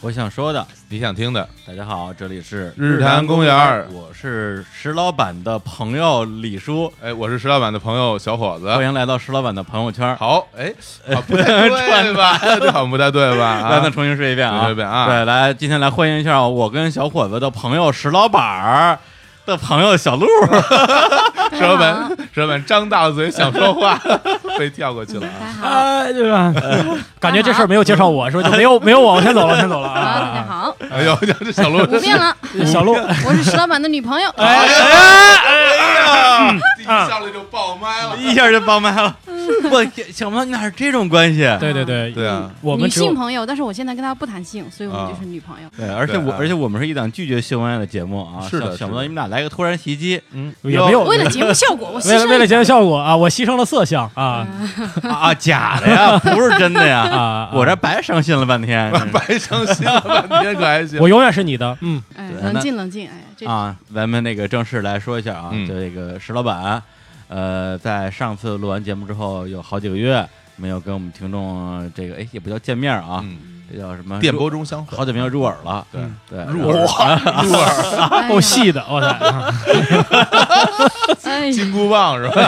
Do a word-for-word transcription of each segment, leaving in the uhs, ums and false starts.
我想说的， 你想听的。 大家好，这里是日坛公园， 我是石老板的朋友李叔， 哎，我是石老板的朋友小伙子， 欢迎来到石老板的朋友圈。 好，哎，啊、不太对吧？这好像不太对吧？ 来，咱重新说一遍啊， 说一遍啊。 对，来，今天来欢迎一下我跟小伙子的朋友石老板的朋友小鹿。 石老板，石老板张大了嘴想说话，被跳过去了啊！ 哎，对吧？感觉这事儿没有介绍我，是吧？就没有没有我，我先走了，我先走了啊！ 大家好， 哎呦，这小鹿不变了， 小鹿， 我是石老板的女朋友。 哎呀，哎呀，一上来就爆麦了， 一下就爆麦了。我想不到哪是这种关系？ 对对对对啊， 女我们性朋友，但是我现在跟她不谈性，所以我们就是女朋友。 对，而且我而且我们是一档拒绝性爱的节目啊， 是的， 想不到你们俩来个突然袭击， 嗯， 也没有为了节目效果，我为了为了节目效果啊，我牺牲了色相啊啊，假的呀，不是真的呀啊！ 我这白伤心了半天， 白伤心了半天，可还行。 我永远是你的，嗯， 哎，冷静冷静，哎，这啊，咱们那个正式来说一下啊， 嗯、 就这个石老板，呃，在上次录完节目之后，有好几个月没有跟我们听众这个，哎，也不叫见面啊， 嗯、 这叫什么？ 电波中相会， 好久没有入耳了， 对对， 入耳，入耳， 够细的，我操！ 金箍棒是吧？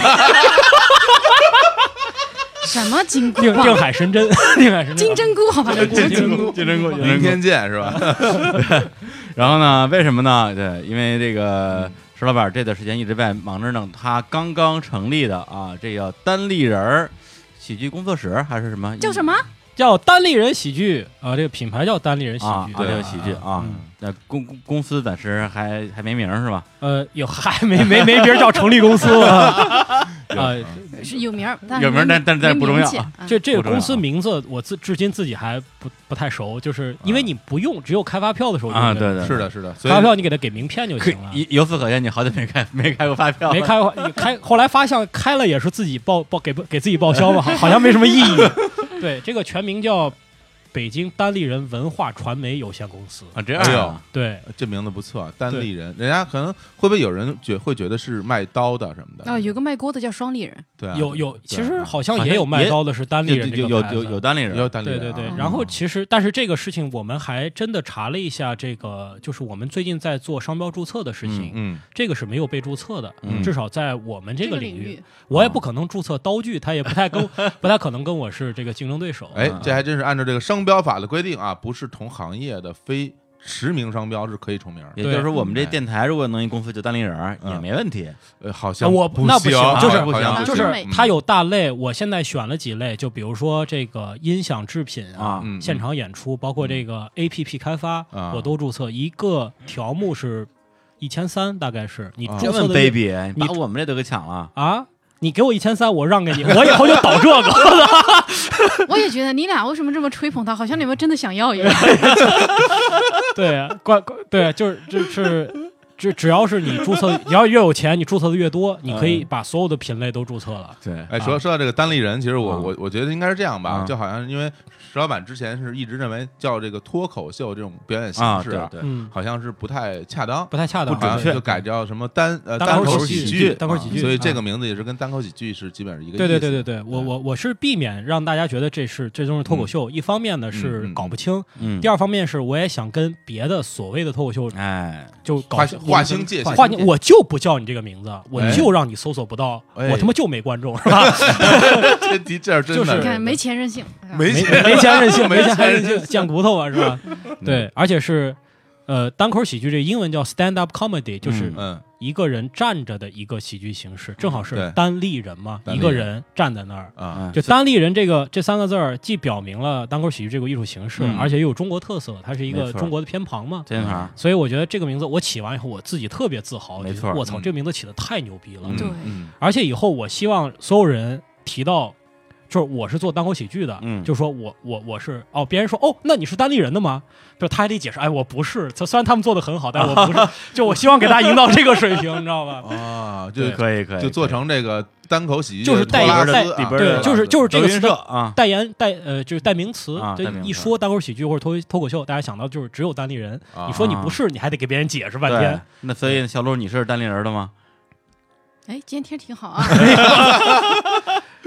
什么金箍定定海神针，定海神针， 金针菇，好吧， 金针菇， 金针菇， 明天见是吧？ 然后呢？为什么呢？对，因为这个石老板这段时间一直在忙着弄他刚刚成立的啊，这叫单立人儿喜剧工作室还是什么？ 叫什么？ 叫单立人喜剧啊，这个品牌叫单立人喜剧， 啊，这个喜剧啊。那公公司暂时还还没名是吧？ 呃，有还没没没名叫成立公司啊， 是有名儿， 有名但但但不重要。 这这个公司名字我自至今自己还不不太熟，就是因为你不用，只有开发票的时候啊，对对， 是的，是的， 开发票你给他给名片就行了。 由此可见，你好久没开没开过发票， 没开过，开后来发现开了也是自己报报给给自己报销嘛，好像没什么意义。对，这个全名叫北京单立人文化传媒有限公司啊，这样啊， 对， 这名字不错，单立人，人家可能会不会有人觉会觉得是卖刀的什么的啊？有个卖锅的叫双立人， 对， 有有，其实好像也有卖刀的是单立人， 有有有有单立人， 有单立人， 对对对。然后其实，但是这个事情我们还真的查了一下，这个就是我们最近在做商标注册的事情， 嗯， 这个是没有被注册的，至少在我们这个领域，我也不可能注册刀具，他也不太跟不太可能跟我是这个竞争对手。 哎，这还真是按照这个商标法的规定啊，不是同行业的非实名商标是可以重名， 也就是说，我们这电台如果能一公司就单立人也没问题。 呃，好像我那不行，就是不行， 就是它有大类，我现在选了几类，就比如说这个音响制品啊， 现场演出，包括这个 A P P 开发，我都注册，一个条目是一千三，大概是你注册的。 卑鄙，你把我们这都给抢了啊！你给我一千三，我让给你，我以后就导这个。 我也觉得你俩为什么这么吹捧他，好像你们真的想要一样。 对，怪对，就是就是只只要是你注册，你要越有钱，你注册的越多，你可以把所有的品类都注册了。 对， 哎，说说到这个单立人，其实我我我觉得应该是这样吧，就好像因为石老板之前是一直认为叫这个脱口秀这种表演形式啊，对， 好像是不太恰当， 不太恰当， 不准确，就改叫什么单呃单口喜剧， 单口喜剧， 所以这个名字也是跟单口喜剧是基本上一个意思。 对对对对对，我我我是避免让大家觉得这是这都是脱口秀，一方面呢是搞不清，第二方面是我也想跟别的所谓的脱口秀， 哎， 就划划清界限， 划我就不叫你这个名字，我就让你搜索不到，我他妈就没观众，是吧？ 这的这真的你看没钱任性， 没钱没钱任性，没钱任性，贱骨头啊，是吧？对，而且是呃单口喜剧，这英文叫 stand up comedy， 就是一个人站着的一个喜剧形式，正好是单立人嘛，一个人站在那儿啊，就单立人这个这三个字儿，既表明了单口喜剧这个艺术形式，而且又有中国特色，它是一个中国的偏旁嘛， 偏旁。 所以我觉得这个名字我起完以后，我自己特别自豪， 没错， 我操，这个名字起的太牛逼了， 对， 而且以后我希望所有人提到。就是我是做单口喜剧的， 嗯， 就说我我我是哦，别人说哦，那你是单立人的吗？就他还得解释，哎，我不是，虽然他们做的很好，但我不是，就我希望给大家营造这个水平，你知道吧？ 啊，就可以可以， 就做成这个单口喜剧， 就是代言代里边对，就是就是这个词啊， 代言代呃就是代名词， 啊， 对，一说单口喜剧或者脱脱口秀，大家想到就是只有单立人，你说你不是，你还得给别人解释半天。 那所以小鹿，你是单立人的吗？ 哎，今天天挺好啊。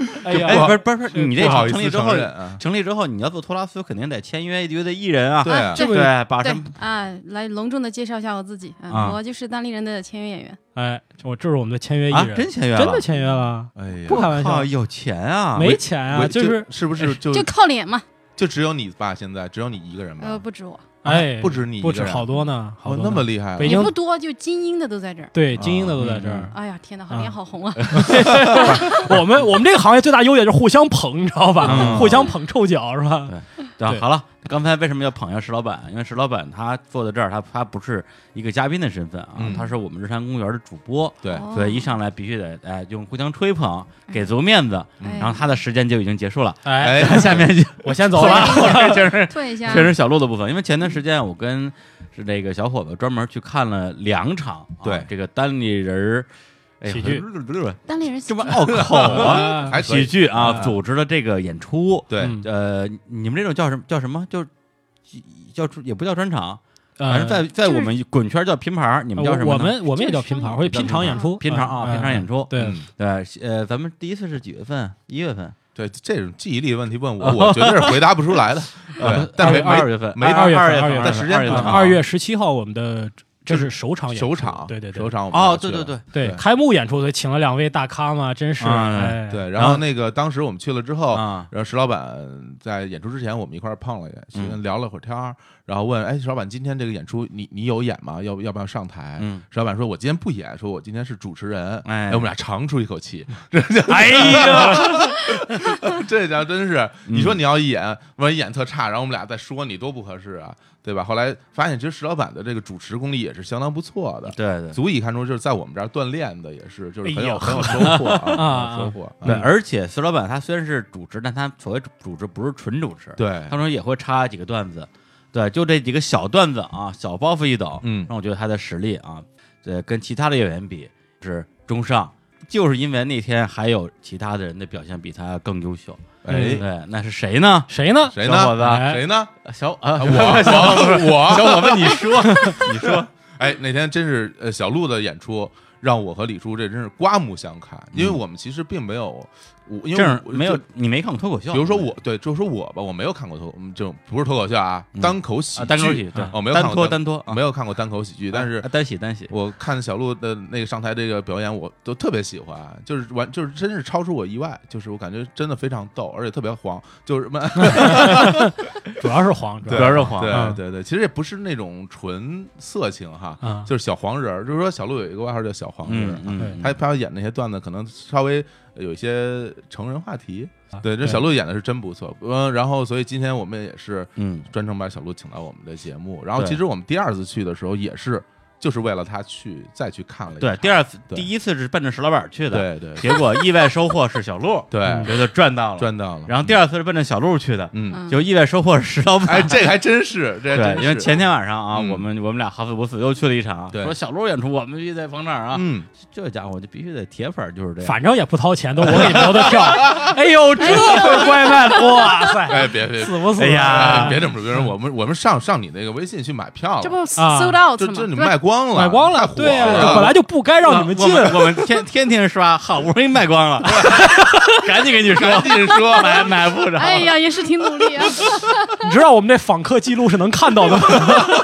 哎呀， 哎，不是不是不是，你这成立之后， 啊、 成立之后，你要做托拉斯，肯定得签约约的艺人啊。 对啊， 对对，把什么啊，来隆重的介绍一下我自己，嗯，我就是单立人的签约演员。 哎，我这是我们的签约艺人， 真签约了， 真的签约了， 哎呀， 不开玩笑， 有钱啊， 没钱啊，就是是不是就就靠脸嘛？ 就只有你吧？现在只有你一个人吧？ 呃，不止我。 哎， 不止你一个人， 不止好多呢，好多那么厉害， 北京也不多，就精英的都在这儿。 对，精英的都在这儿。 哎呀，天哪，好脸好红啊！ 我们我们这个行业最大优点就是互相捧，你知道吧？互相捧臭脚是吧？ 对，好了，刚才为什么要捧一下石老板？因为石老板他坐在这儿，他他不是一个嘉宾的身份啊，他是我们日坛公园的主播。 对， 所以一上来必须得哎用互相吹捧，给足面子，然后他的时间就已经结束了。 哎， 下面就我先走了， 确实退一下， 确实小鹿的部分，因为前段时间我跟是这个小伙子专门去看了两场，对这个单立人喜剧， 单立人这么拗口啊，喜剧啊，组织的这个演出， 对， 呃，你们这种叫什么叫什么？就叫也不叫专场。反正在在我们滚圈叫拼盘，你们叫什么？ 我们我们也叫拼盘，或者拼场演出， 拼场啊，拼场演出。 对对，呃，咱们第一次是几月份？一月份。 对，这种记忆力问题问我，我绝对是回答不出来的。对，但没二月份， 没二月份， 二月份， 但时间不长。 二月十七号我们的。这是首场演出， 首场， 对对对， 首场哦，对对对对，开幕演出对，请了两位大咖嘛，真是，哎， 对。然后那个当时我们去了之后，然后石老板在演出之前，我们一块儿碰了一眼，聊了会儿天儿，然后问，哎，石老板，今天这个演出你你有演吗？要要不要上台？石老板说，我今天不演，说我今天是主持人。哎，我们俩长出一口气， 哎呀， 这家真是，你说你要一演，万一演特差，然后我们俩再说你多不合适啊。对吧？后来发现，其实石老板的这个主持功力也是相当不错的， 对对， 足以看出就是在我们这儿锻炼的也是，就是很有、哎、很有收获啊，收获。 对，而且石老板他虽然是主持，但他所谓主持不是纯主持， 对， 他说也会插几个段子，对，就这几个小段子啊，小包袱一抖， 嗯， 让我觉得他的实力啊，对，跟其他的演员比是中上，就是因为那天还有其他的人的表现比他更优秀。 哎， 对，那是谁呢？ 谁呢？ 谁呢？ 小伙子， 谁呢？ 小啊， 我我小伙子，你说，你说， 哎，那天真是呃小鹿的演出，让我和李叔这真是刮目相看，因为我们其实并没有。我因为没有你没看过脱口秀， 比如说我对，就说我吧，我没有看过脱，这种不是脱口秀啊，单口喜剧， 单口喜剧，对， 我没有看过单脱， 没有看过单口喜剧，但是单喜单喜， 我看小鹿的那个上台这个表演，我都特别喜欢，就是完，就是真是超出我意外，就是我感觉真的非常逗，而且特别黄，就是主要是黄， 主要是黄， 对对对，其实也不是那种纯色情哈，就是小黄人，就是说小鹿有一个外号叫小黄人，他他演那些段子可能稍微。有一些成人话题，对，这小鹿演的是真不错，嗯，然后所以今天我们也是，嗯，专程把小鹿请到我们的节目，然后其实我们第二次去的时候也是。就是为了他去再去看了一对，第二次第一次是奔着石老板去的， 对对， 结果意外收获是小鹿， 对， 觉得赚到了， 赚到了。 然后第二次是奔着小鹿去的， 嗯， 就意外收获是石老板， 哎，这还真是，这对，因为前天晚上啊，我们我们俩好死不死又去了一场，说小鹿演出，我们必须得捧场啊， 嗯， 这家伙就必须得铁粉，就是这样， 反正也不掏钱，都我给留的票，哎呦，这乖卖的，哇塞， 哎，别别死不死？ 哎呀， 别这么说，别人我们我们上上你那个微信去买票了， 这不 sold out 吗？这你卖光了， 卖光了。对啊，本来就不该让你们进。 我们天天天刷，好不容易卖光了，赶紧跟你说， 赶紧说， 买买不着。 哎呀，也是挺努力啊。 你知道我们这访客记录是能看到的吗？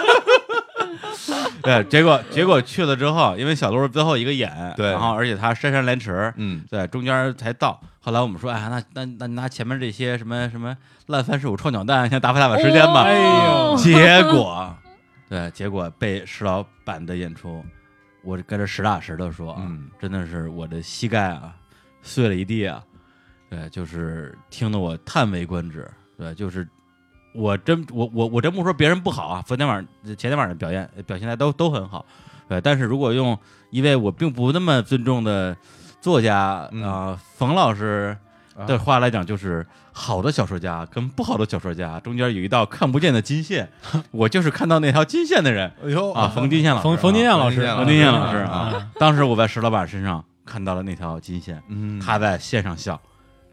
对，结果结果去了之后，因为小鹿最后一个演， 对， 然后而且他姗姗来迟， 嗯， 对，中间才到。后来我们说，哎，那那那拿前面这些什么什么烂番薯、臭鸟蛋，先打发打发时间吧。 哎呦， 结果，对，结果被石老板的演出。我跟这实打实的说啊， 嗯， 真的是我的膝盖啊碎了一地啊，对，就是听得我叹为观止，对，就是我真我我我真不说别人不好啊，昨天晚上前天晚上表演表现的都都很好，对，但是如果用一位我并不那么尊重的作家啊、 嗯呃、冯老师的话来讲，就是好的小说家跟不好的小说家中间有一道看不见的金线，我就是看到那条金线的人。 哎呦啊，冯金线老师， 冯冯金线老师， 冯金线老师啊，当时我在石老板身上看到了那条金线， 嗯， 他在线上笑，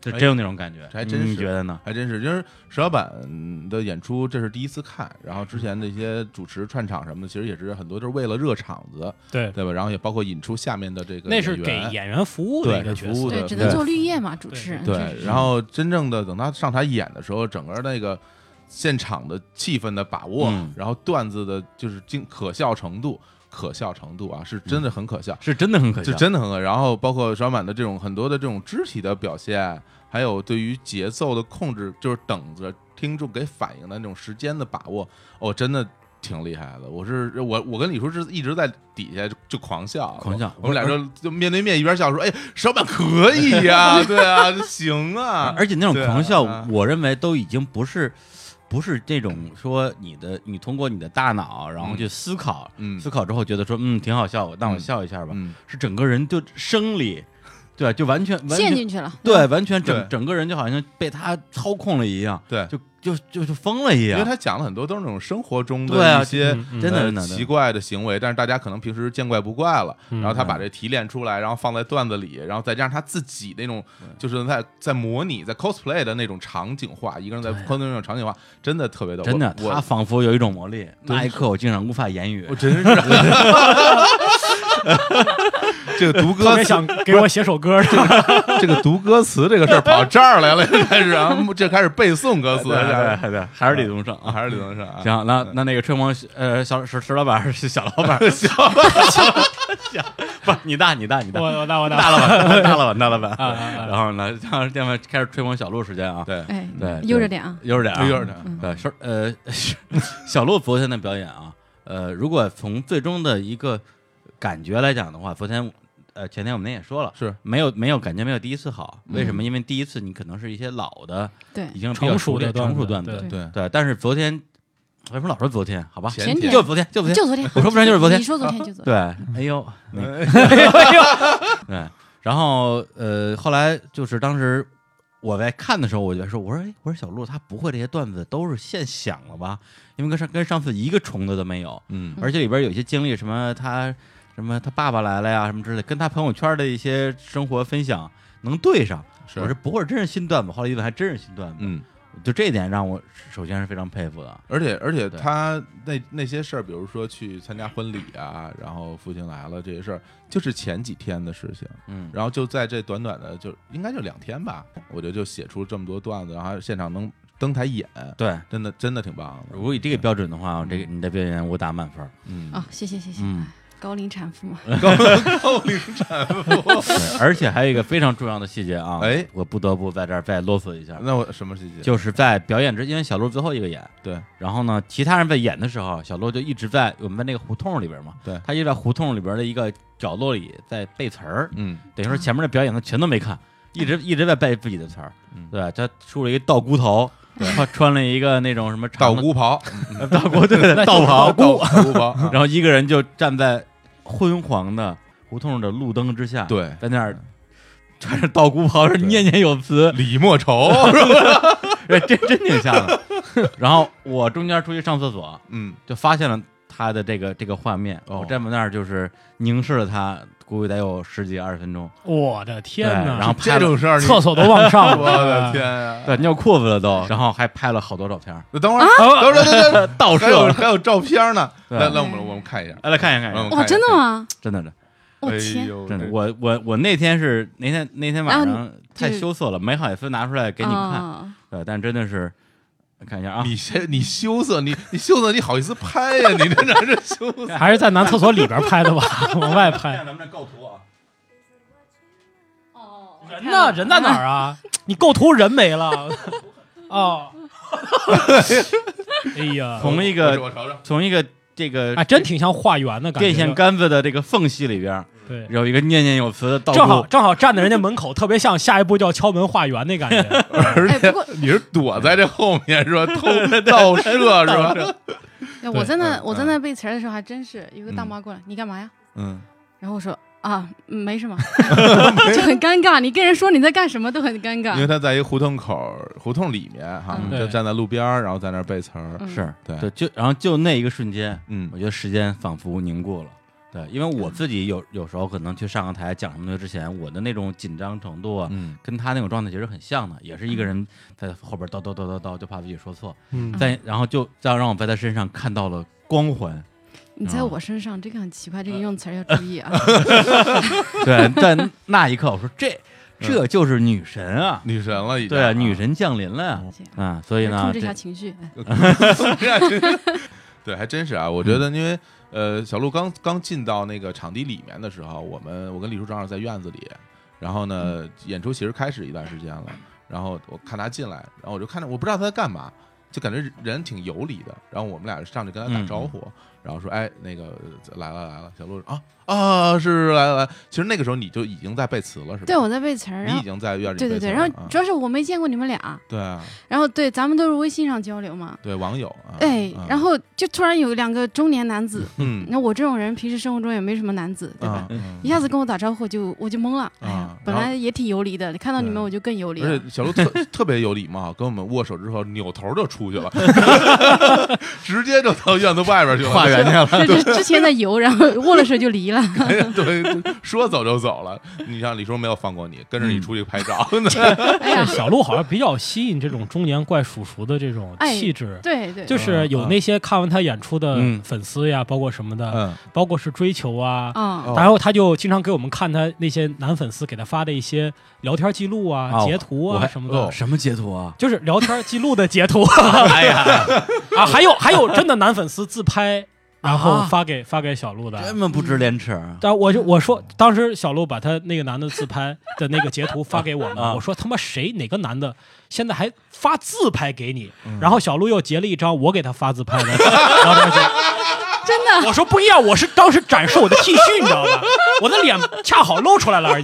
就真有那种感觉， 还真是。 你觉得呢？ 还真是，就是石老板的演出，这是第一次看，然后之前那些主持串场什么的，其实也是很多都是为了热场子， 对对吧？然后也包括引出下面的这个那是给演员服务的一个角色， 对，只能做绿叶嘛，主持人。 对，然后真正的等他上台演的时候，整个那个现场的气氛的把握， 嗯、 然后段子的就是精可笑程度。可笑程度啊，是真的很可笑， 嗯、是真的很可笑， 是真的很可笑。然后包括小满的这种很多的这种肢体的表现，还有对于节奏的控制，就是等着听众给反应的那种时间的把握，哦，真的挺厉害的。我是我我跟李叔是一直在底下就就狂笑， 狂笑。 我们俩就就面对面一边笑说：“哎，小满可以呀、啊，对啊，行啊。” 而且那种狂笑， 啊、 我认为都已经不是。不是这种说你的，你通过你的大脑，然后去思考， 嗯， 思考之后觉得说，嗯，挺好笑，让我笑一下吧， 嗯， 是整个人就生理，对，就完全陷进去了， 对，完全整整个人就好像被他操控了一样， 对， 就就就就疯了一样。 因为他讲了很多都是那种生活中的一些真的真的奇怪的行为，但是大家可能平时见怪不怪了，然后他把这提炼出来，然后放在段子里，然后再加上他自己那种就是在在模拟在 cosplay 的那种场景化，一个人在 cosplay 那种场景化，真的特别逗。 真的，他仿佛有一种魔力，那一刻我竟然无法言语。 我真是。这个读歌词想给我写首歌， 这个这个读歌词这个事儿跑这儿来了，开始啊，这开始背诵歌词， 对对对，还是李宗盛啊， 还是李宗盛啊。 行，那那那个吹风呃小石石老板是小老板， 小小不是你大你大你大， 我我大我大大老板大老板大老板，然后呢，让电话开始吹风小鹿时间啊， 对对， 悠着点啊， 悠着点啊， 悠着点， 对，说呃小鹿昨天的表演啊，呃，如果从最终的一个感觉来讲的话，昨天呃前天我们也说了， 是没有没有感觉没有第一次好，为什么？因为第一次你可能是一些老的， 对， 已经成熟的成熟段子， 对对，但是昨天为什么老说昨天？好吧， 前天就昨天就昨天就昨天， 我说不然就是昨天， 你说昨天就昨天， 对，哎呦， 哎呦，对，然后呃后来就是当时。我在看的时候，我就说：“我说，哎，我说小鹿他不会这些段子都是现想了吧？因为跟上跟上次一个重的都没有， 嗯， 而且里边有一些经历，什么他什么他爸爸来了呀，什么之类的，跟他朋友圈的一些生活分享能对上。我说不会真是新段子，后来一问还真是新段子， 嗯， 就这一点让我首先是非常佩服的。 而且而且他那那些事儿，比如说去参加婚礼啊，然后父亲来了这些事儿。”就是前几天的事情， 嗯， 然后就在这短短的就应该就两天吧，我觉得就写出这么多段子，然后现场能登台演，对，真的真的挺棒的。 如果以这个标准的话，这个你的表演我打满分。 嗯， 啊，谢谢谢谢， 嗯， 高龄产妇嘛， 高高龄产妇， 而且还有一个非常重要的细节啊， 哎， 我不得不在这儿再啰嗦一下。 那我什么细节？ 就是在表演之前，小鹿最后一个演， 对， 然后呢，其他人在演的时候，小鹿就一直在我们在那个胡同里边嘛， 对， 他一直在胡同里边的一个角落里在背词儿， 嗯， 等于说前面的表演他全都没看，一直一直在背自己的词儿，嗯，对，他梳了一个道菇头，穿穿了一个那种什么道菇袍， 道菇对道袍， 道菇袍， 然后一个人就站在昏黄的胡同的路灯之下， 对， 在那儿穿着道菇袍，是念念有词， 李莫愁，是吧？真真挺像的。然后我中间出去上厕所， 嗯， 就发现了他的这个这个画面， 哦、 我站在那儿就是凝视了他，估计得有十几二十分钟。 我的天哪！ 然后这种事儿， 厕所都往上， 我的天呀！ 对，尿裤子了都，然后还拍了好多照片。 等会儿，等会儿，等会儿， 倒摄还有还有照片呢。来来，我们我们看一下， 来来看一下，看一下。 哇，真的吗？ 真的的。 我天， 真的，我我我那天是那天那天晚上太羞涩了，没好意思拿出来给你看。对，但真的是。看一下啊！ 你先，你羞涩，你你羞涩，你好意思拍呀？你这哪是羞涩？ 还是在男厕所里边拍的吧？往外拍。 看咱们这构图啊！ 哦， 人呢？人在哪儿啊？你构图人没了。哦。哎呀， 从一个从一个这个， 哎，真挺像画圆的感觉。 电线杆子的这个缝隙里边。 对， 有一个念念有词的道具， 正好正好站在人家门口，特别像下一步就要敲门画圆那感觉。 而且你是躲在这后面是吧？偷盗摄是吧？ 我在那我在那背词的时候，还真是有个大妈过来，你干嘛呀？ 嗯， 然后我说啊，没什么，就很尴尬。你跟人说你在干什么都很尴尬， 因为他在一个胡同口胡同里面哈，就站在路边，然后在那背词儿， 是对对，就然后就那一个瞬间， 嗯， 我觉得时间仿佛凝固了。 对，因为我自己有有时候可能去上个台讲什么东西之前，我的那种紧张程度啊，嗯，跟他那种状态其实很像的，也是一个人在后边叨叨叨叨叨，就怕自己说错，嗯，再然后就再让我在他身上看到了光环。 你在我身上，嗯、这个很奇怪，这个用词要注意啊。 对，在那一刻我说这。这就是女神啊， 女神了，已经对啊，女神降临了呀，啊，所以呢， 控制一下情绪。 对，还真是啊，我觉得因为呃，小鹿刚刚进到那个场地里面的时候，我们我跟李叔正好在院子里，然后呢，演出其实开始一段时间了，然后我看他进来，然后我就看着，我不知道他在干嘛，就感觉人挺有理的，然后我们俩上去跟他打招呼。嗯然后说，哎，那个来了来了，小鹿啊啊，是来了来。其实那个时候你就已经在背词了，是吧？ 对，我在背词儿。 你已经在院里对对对，然后主要是我没见过你们俩。 对啊。 然后对，咱们都是微信上交流嘛。 对，网友啊。 哎，然后就突然有两个中年男子， 嗯， 那我这种人平时生活中也没什么男子，对吧？一下子跟我打招呼，就我就懵了。哎呀，本来也挺有理的，看到你们我就更有理了。 而且小鹿特特别有礼貌，跟我们握手之后扭头就出去了，直接就到院子外边去了， 化缘去了。 之前在游，然后握了手就离了。 对，说走就走了。你像李叔没有放过你，跟着你出去拍照。 哎呀，小鹿好像比较吸引这种中年怪叔叔的这种气质。 对对， 就是有那些看完他演出的粉丝呀，包括什么的，包括是追求啊。然后他就经常给我们看他那些男粉丝给他发的一些聊天记录啊、截图啊什么的。 什么截图啊？ 就是聊天记录的截图。 哎呀， 啊，还有还有真的男粉丝自拍。然后发给、啊、发给小鹿的， 这么不知廉耻。 但我就我说，当时小鹿把他那个男的自拍的那个截图发给我们， 啊、 我说他妈谁哪个男的现在还发自拍给你？嗯、然后小鹿又截了一张我给他发自拍的，然后他说真的， 我说不一样，我是当时展示我的 T 恤，你知道吧？我的脸恰好露出来了而已。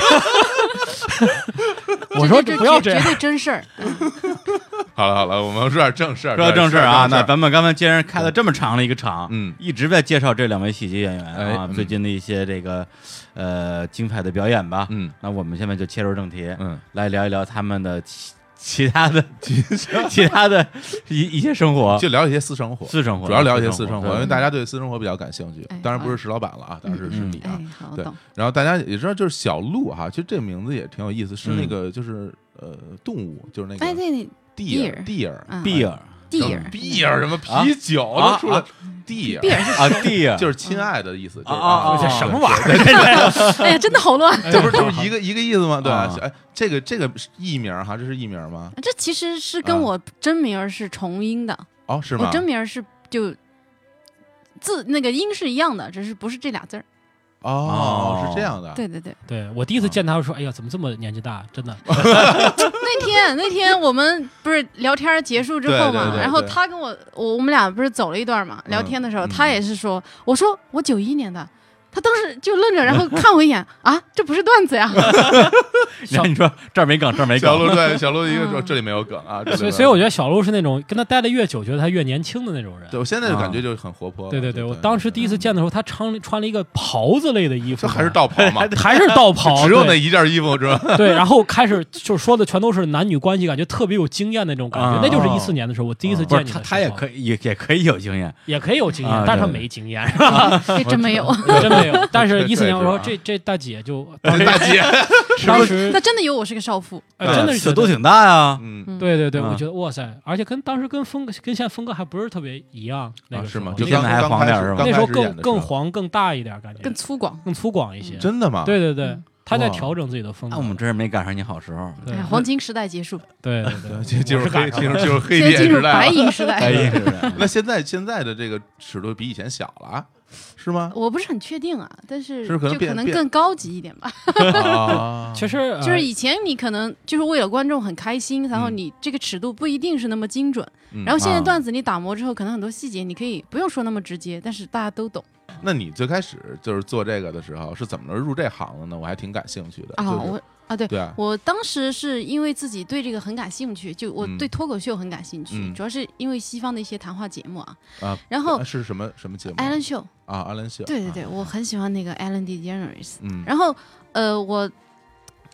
我说不要这样， 绝对真事儿。 好了好了，我们说点正事儿。 说正事儿啊，那咱们刚才既然开了这么长的一个场， 嗯， 一直在介绍这两位喜剧演员啊，最近的一些这个呃精彩的表演吧， 嗯， 那我们现在就切入正题， 嗯， 来聊一聊他们的其其他的其他的一一些生活， 就聊一些私生活， 私生活， 主要聊一些私生活，因为大家对私生活比较感兴趣。当然不是石老板了啊，当然是是你啊，对。然后大家也知道，就是小鹿哈，其实这个名字也挺有意思，是那个就是呃动物，就是那个哎对。 deer deer beer deer beer 什么啤酒都出来 deer 啊 deer 就是亲爱的意思，就是啊这什么玩意儿？ 哎呀，真的好乱， 这不是这不是一个一个意思吗？对吧？哎，这个这个艺名哈，这是艺名吗？ 这其实是跟我真名是重音的哦，是吗？ 我真名是就字那个音是一样的，只是不是这俩字儿。 哦，是这样的。 对对对， 对我第一次见他说，哎呀，怎么这么年纪大？真的。 那天那天我们不是聊天结束之后嘛，然后他跟我我我们俩不是走了一段嘛，聊天的时候他也是说，我说我九一年的。他当时就愣着，然后看我一眼啊，这不是段子呀！ 那你说这儿没梗，这儿没梗。 小鹿对小鹿一个说这里没有梗啊， 所以所以我觉得小鹿是那种跟他待的越久，觉得他越年轻的那种人。 对我现在的感觉就很活泼。 对对对，我当时第一次见的时候，他穿穿了一个袍子类的衣服， 这还是道袍吗？ 还是道袍， 只有那一件衣服是吧？ 对，然后开始就说的全都是男女关系，感觉特别有经验那种感觉。那就是一四年的时候，我第一次见你。 他他也可以也也可以有经验， 也可以有经验，但是他没经验，是吧？ 这真没有， 真没有。但是一四。我说这这大姐就大姐， 当时那真的有我是个少妇， 真的是尺度挺大呀。 嗯，对对对，我觉得哇塞，而且跟当时跟风格跟现在风格还不是特别一样，那个是吗？ 就现在还黄点是吧？ 那时候更更黄更大一点，感觉更粗犷， 更粗犷一些。 真的吗？ 对对对，他在调整自己的风格。 那我们真是没赶上你好时候。 对，黄金时代结束。 对对对， 就是黑进入进入黑变时代， 白银时代。 白银时代。 那现在现在的这个尺度比以前小了。是吗？ 我不是很确定啊，但是就可能更高级一点吧。 其实就是以前你可能就是为了观众很开心，然后你这个尺度不一定是那么精准。然后现在段子你打磨之后，可能很多细节你可以不用说那么直接，但是大家都懂。 那你最开始就是做这个的时候是怎么着入这行的呢？我还挺感兴趣的。 啊，我啊对对啊， 我当时是因为自己对这个很感兴趣，就我对脱口秀很感兴趣，主要是因为西方的一些谈话节目啊。 啊， 然后是什么什么节目 ？Ellen Show 啊 ，Ellen Show。 对对对，我很喜欢那个 Ellen DeGeneres。 嗯， 然后呃，我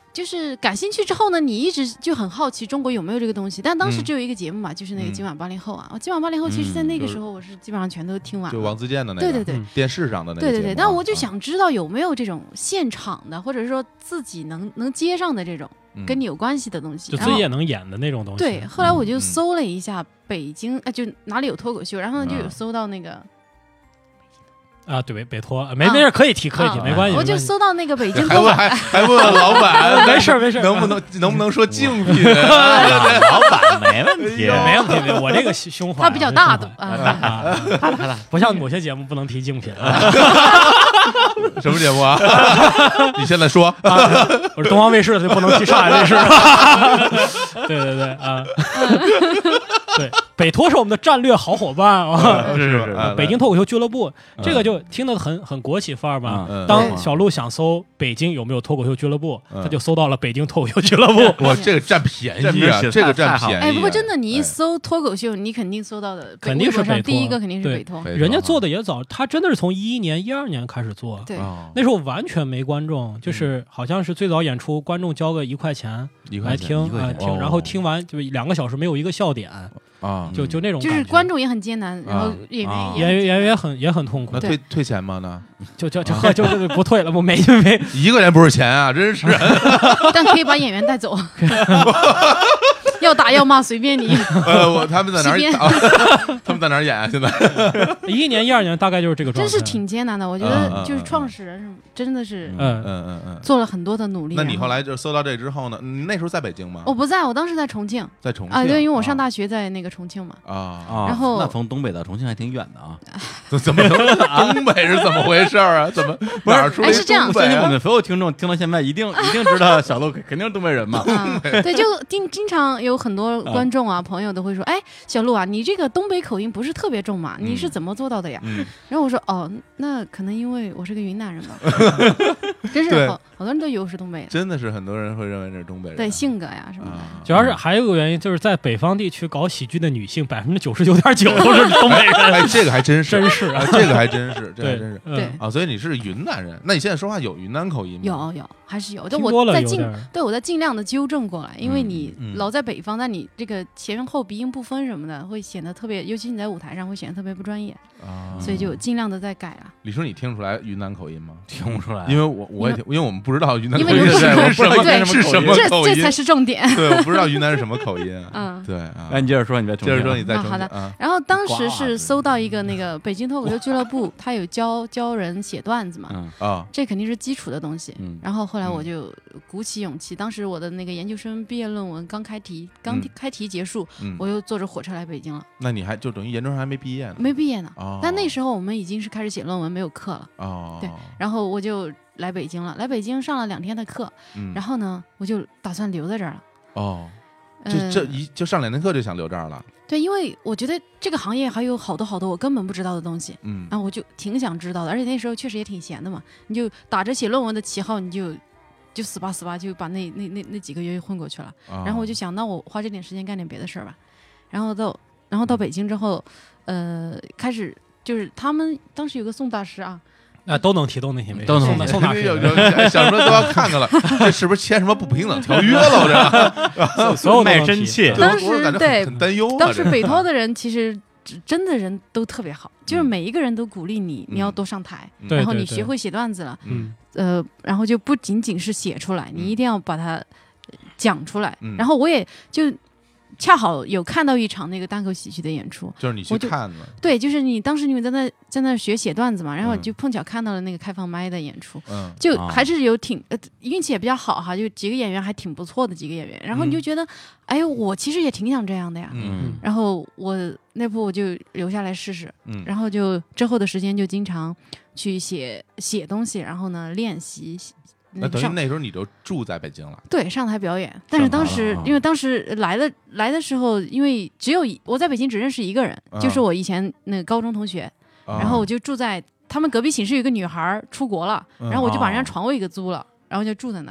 就是感兴趣之后呢，你一直就很好奇中国有没有这个东西。但当时只有一个节目嘛，嗯、就是那个今晚八零后啊。今晚八零后其实在那个时候我是基本上全都听完了， 就王自健的那个， 对对对， 电视上的那个。 对对对，但我就想知道有没有这种现场的，或者说自己能能接上的这种。跟你有关系的东西， 就自己也能演的那种东西。 对，后来我就搜了一下北京，哎、嗯，就哪里有脱口秀，然后呢就有搜到那个。 啊，对北北托，没没事，可以提，可以提，没关系。 我就搜到那个北京脱口秀，还还问问老板， 没事没事， 能不能能不能说竞品？ 老板没问题， 没问题，我这个胸怀他比较大的啊，不像某些节目不能提竞品。 什么节目啊？你现在说， 我是东方卫视的，就不能提上海卫视。对对对啊。对，北托是我们的战略好伙伴啊！ 是是是， 北京脱口秀俱乐部，这个就听得很很国企范儿吧。当小鹿想搜北京有没有脱口秀俱乐部，他就搜到了北京脱口秀俱乐部。 哇，这个占便宜啊！这个占便宜。 哎，不过真的，你一搜脱口秀，你肯定搜到的， 肯定是北托。 第一个肯定是北托。 人家做的也早，他真的是从一一年、一二年开始做。 对， 那时候完全没观众，就是好像是最早演出，观众交个一块钱来听啊听，然后听完就两个小时没有一个笑点。 啊， 就就那种， 就是观众也很艰难，然后演员演员演员也很也很痛苦。 那退退钱吗？呢？ 就就就就就不退了，不没没一个人不是钱啊，真是。 但可以把演员带走。要打要骂随便你。 呃，我他们在哪儿？他们在哪儿演啊？现在一一年、一二年大概就是这个状态， 真是挺艰难的。我觉得就是创始人是真的是， 嗯嗯嗯嗯， 做了很多的努力。 那你后来就搜到这之后呢？你那时候在北京吗？ 我不在，我当时在重庆。 在重庆啊，对，因为我上大学在那个重庆嘛。 啊啊， 然后那从东北到重庆还挺远的啊。 怎么东北是怎么回事啊？怎么哪儿出来？ 是这样， 相信我们所有听众听到现在一定一定知道小鹿肯定是东北人嘛。 对，就经经常有很多观众啊、朋友都会说：“哎，小鹿啊，你这个东北口音不是特别重嘛？你是怎么做到的呀？”然后我说：“哦，那可能因为我是个云南人吧。”真是好好多人都以为我是东北的， 真的是很多人会认为这是东北人。 对，性格呀什么的。 主要是还有个原因，就是在北方地区搞喜剧的女性，百分之九十九点九都是东北人。 哎，这个还真是， 真是啊，这个还真是，这还真是。 对啊，所以你是云南人，那你现在说话有云南口音吗？ 有有，还是有。但我在尽对我在尽量的纠正过来，因为你老在北方，那你这个前后鼻音不分什么的，会显得特别，尤其你在舞台上会显得特别不专业啊。所以就尽量的在改了。 李叔，你听出来云南口音吗？ 听不出来， 因为我我也因为我们不知道云南口音是什么， 对是什么口音，这才是重点。 对，我不知道云南是什么口音。 嗯， 对。 哎，你接着说，你在重庆。 接着说你在重庆。 好的。然后当时是搜到一个那个北京脱口秀俱乐部，他有教教人写段子嘛。 啊， 这肯定是基础的东西。然后后来我就鼓起勇气，当时我的那个研究生毕业论文刚开题，刚开题结束，我又坐着火车来北京了。 那你还就等于研究生还没毕业呢？ 没毕业呢。但那时候我们已经是开始写论文，没有课了。 哦。 对，然后我就来北京了，来北京上了两天的课，然后呢，我就打算留在这儿了。 哦。就这一就上两天课就想留这儿了。 对，因为我觉得这个行业还有好多好多我根本不知道的东西，嗯，然后我就挺想知道的，而且那时候确实也挺闲的嘛，你就打着写论文的旗号，你就就死吧死吧就把那那那那几个月混过去了，哦、然后我就想，那我花这点时间干点别的事儿吧，然后到然后到北京之后，呃，开始就是他们当时有个宋大师啊。 啊，都能提，都能提， 都能提。宋大师， 想什么都要看看了，这是不是签什么不平等条约了？ 这所有卖身契， 当时对很担忧。 当时北托的人其实真的人都特别好，就是每一个人都鼓励你，你要多上台，然后你学会写段子了， 嗯， 呃，然后就不仅仅是写出来，你一定要把它讲出来。然后我也就。恰好有看到一场那个单口喜剧的演出， 就是你去看的， 对，就是你当时你们在那在那学写段子嘛，然后就碰巧看到了那个开放麦的演出，嗯，就还是有挺呃运气也比较好哈，就几个演员还挺不错的几个演员，然后你就觉得，嗯、哎呦，我其实也挺想这样的呀， 嗯， 然后我那部我就留下来试试，嗯，然后就之后的时间就经常去写写东西，然后呢练习。 那等于那时候你就住在北京了， 对，上台表演。但是当时，因为当时来的来的时候，因为只有我在北京只认识一个人，啊、就是我以前那个高中同学，啊、然后我就住在他们隔壁寝室有一个女孩出国了，然后我就把人家床位给租了，然后就住在那儿。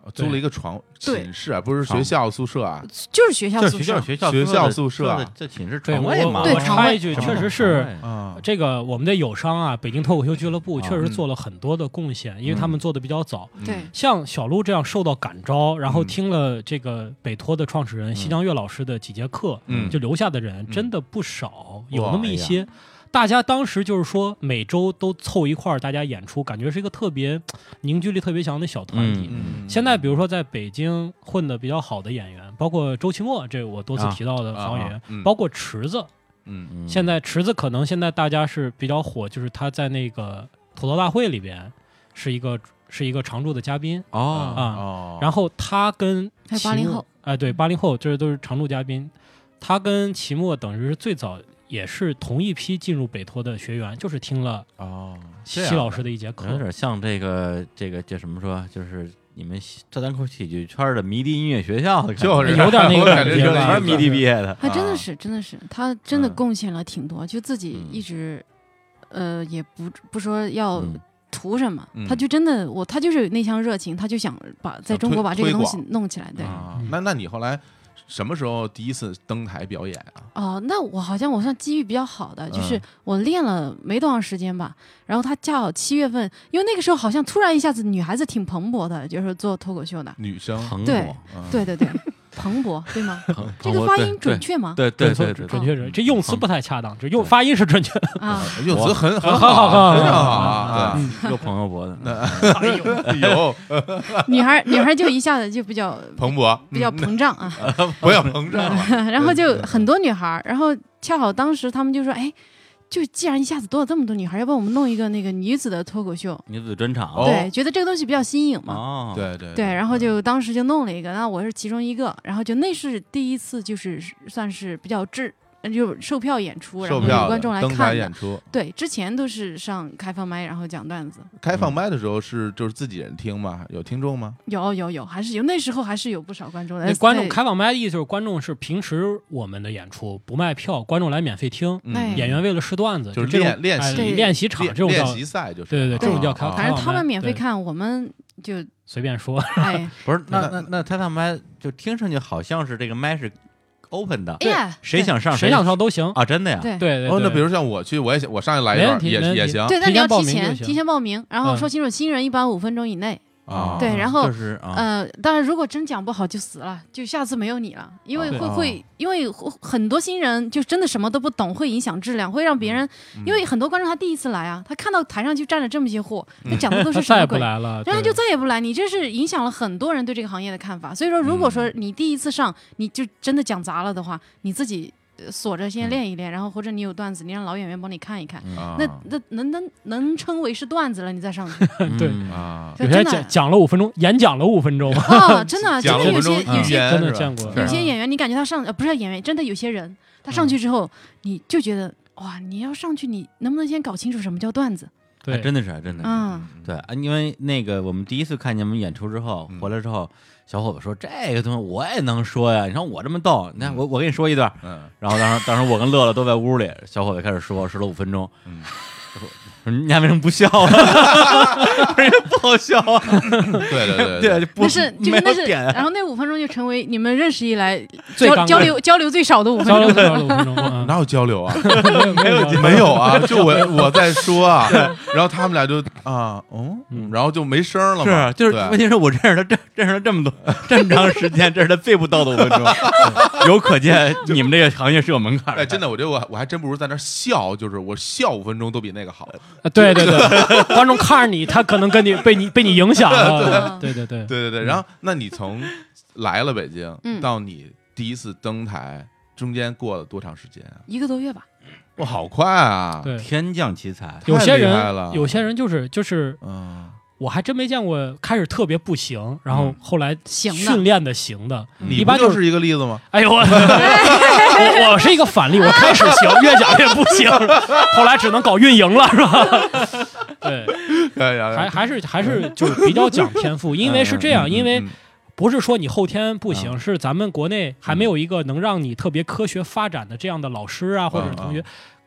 租了一个床寝室啊，不是学校宿舍啊， 就是学校宿舍， 学校学校宿舍这寝室床位嘛。 我插一句，确实是啊， 这个我们的友商啊，北京脱口秀俱乐部确实做了很多的贡献，因为他们做的比较早。 对， 像小鹿这样受到感召，然后听了这个北托的创始人西江月老师的几节课，就留下的人真的不少，有那么一些。大家当时就是说每周都凑一块儿，大家演出，感觉是一个特别凝聚力特别强的小团体。 嗯嗯、 现在比如说在北京混得比较好的演员，包括周奇墨，这我多次提到的好演员， 啊啊嗯、 包括池子。 嗯， 现在池子可能现在大家是比较火，就是他在那个吐槽大会里边是一个是一个常驻的嘉宾哦啊， 哦、 然后他跟还有八零后， 哎、呃，对，八零后这都是常驻嘉宾，他跟齐墨等于是最早。也是同一批进入北托的学员，就是听了哦西老师的一节课， 有点像这个这个叫什么说，就是你们这单口喜剧圈的迷笛音乐学校的， 就是有点那个感觉， 全是迷笛毕业的。 还真的是，真的是，他真的贡献了挺多，就自己一直，呃，也不不说要图什么，他就真的我他就是有那腔热情，他就想把在中国把这个东西弄起来。对， 那那你后来？什么时候第一次登台表演啊？ 哦，那我好像我算机遇比较好的，就是我练了没多长时间吧，然后他恰好七月份，因为那个时候好像突然一下子女孩子挺蓬勃的，就是做脱口秀的女生， 对对对对。蓬勃对吗？这个发音准确吗？ 对对对， 准确准，这用词不太恰当，这用发音是准确的啊， 用词很很好， 非常好啊， 又蓬又勃的。 有女孩女孩就一下子就比较蓬勃， 比较膨胀啊， 不要膨胀了。 然后就很多女孩，然后恰好当时他们就说，哎。就既然一下子多了这么多女孩，要不然我们弄一个那个女子的脱口秀， 女子专场， 对，觉得这个东西比较新颖嘛， 哦， 对对对，然后就当时就弄了一个，那我是其中一个，然后就那是第一次，就是算是比较质。就售票演出，然后有观众来看的演出。 对，之前都是上开放麦，然后讲段子。 开放麦的时候是就是自己人听吗？有听众吗？ 有有有，还是有。那时候还是有不少观众的。 那观众开放麦的意思就是观众是平时我们的演出不卖票，观众来免费听。 嗯、 演员为了试段子， 就是练练习练习场这种练习赛，就是对对对，这种叫开放麦。 反正他们免费看，我们就随便说。 哎， 不是，那那那开放麦就听上去好像是这个麦是。open 的， 对， 谁想上谁想上都行啊！真的呀， 对对。 哦，那比如像我去，我也我上去来一段也也行。 对，那你要提前提前报名，然后说清楚，新人一般五分钟以内。 啊， 对，然后就是呃，当然如果真讲不好就死了，就下次没有你了，因为会会因为很多新人就真的什么都不懂，会影响质量，会让别人，因为很多观众他第一次来啊，他看到台上就站着这么些货，那讲的都是什么鬼， 然后他就再也不来，你这是影响了很多人对这个行业的看法。所以说，如果说你第一次上，你就真的讲砸了的话，你自己。锁着先练一练，然后或者你有段子，你让老演员帮你看一看，那那能能能称为是段子了，你再上去。 对啊， 有些讲讲了五分钟，演讲了五分钟啊，真的，真的有些有些真的见过， 有些演员你感觉他上呃不是演员，真的有些人他上去之后，你就觉得哇，你要上去，你能不能先搞清楚什么叫段子？ 对， 真的是真的是， 嗯， 对啊，因为那个我们第一次看见我们演出之后回来之后。小伙子说：“这个东西我也能说呀！你看我这么逗，你看我我给你说一段。 嗯， 然后当时当时我跟乐乐都在屋里，小伙子开始说，说了五分钟。 嗯， 你俩为什么不笑啊？人家不好笑啊！ 对对对对，不那是就是那是，然后那五分钟就成为你们认识以来交交流交流最少的五分钟。 交流五分钟， 哪有交流啊？ 没有没有啊！就我我在说啊，然后他们俩就啊哦，然后就没声了嘛。 是，就是问题是我认识他这认识他这么多这么长时间，这是他最不到的五分钟，有可见你们这个行业是有门槛的。 哎，真的，我觉得我我还真不如在那笑，就是我笑五分钟都比那个好。 对对对，观众看着你，他可能跟你被你被你影响了。对对对对对对。然后，那你从来了北京到你第一次登台，中间过了多长时间啊？ 一个多月吧。 哇，好快啊！ 对， 天降奇才。 有些人有些人就是就是嗯。 我还真没见过开始特别不行，然后后来训练的行的。 你一般就是一个例子吗？ 哎呦我，我我是一个反例，我开始行，越讲越不行，后来只能搞运营了，是吧？对，还还是还是就是比较讲天赋，因为是这样，因为不是说你后天不行，是咱们国内还没有一个能让你特别科学发展的这样的老师啊，或者是同学。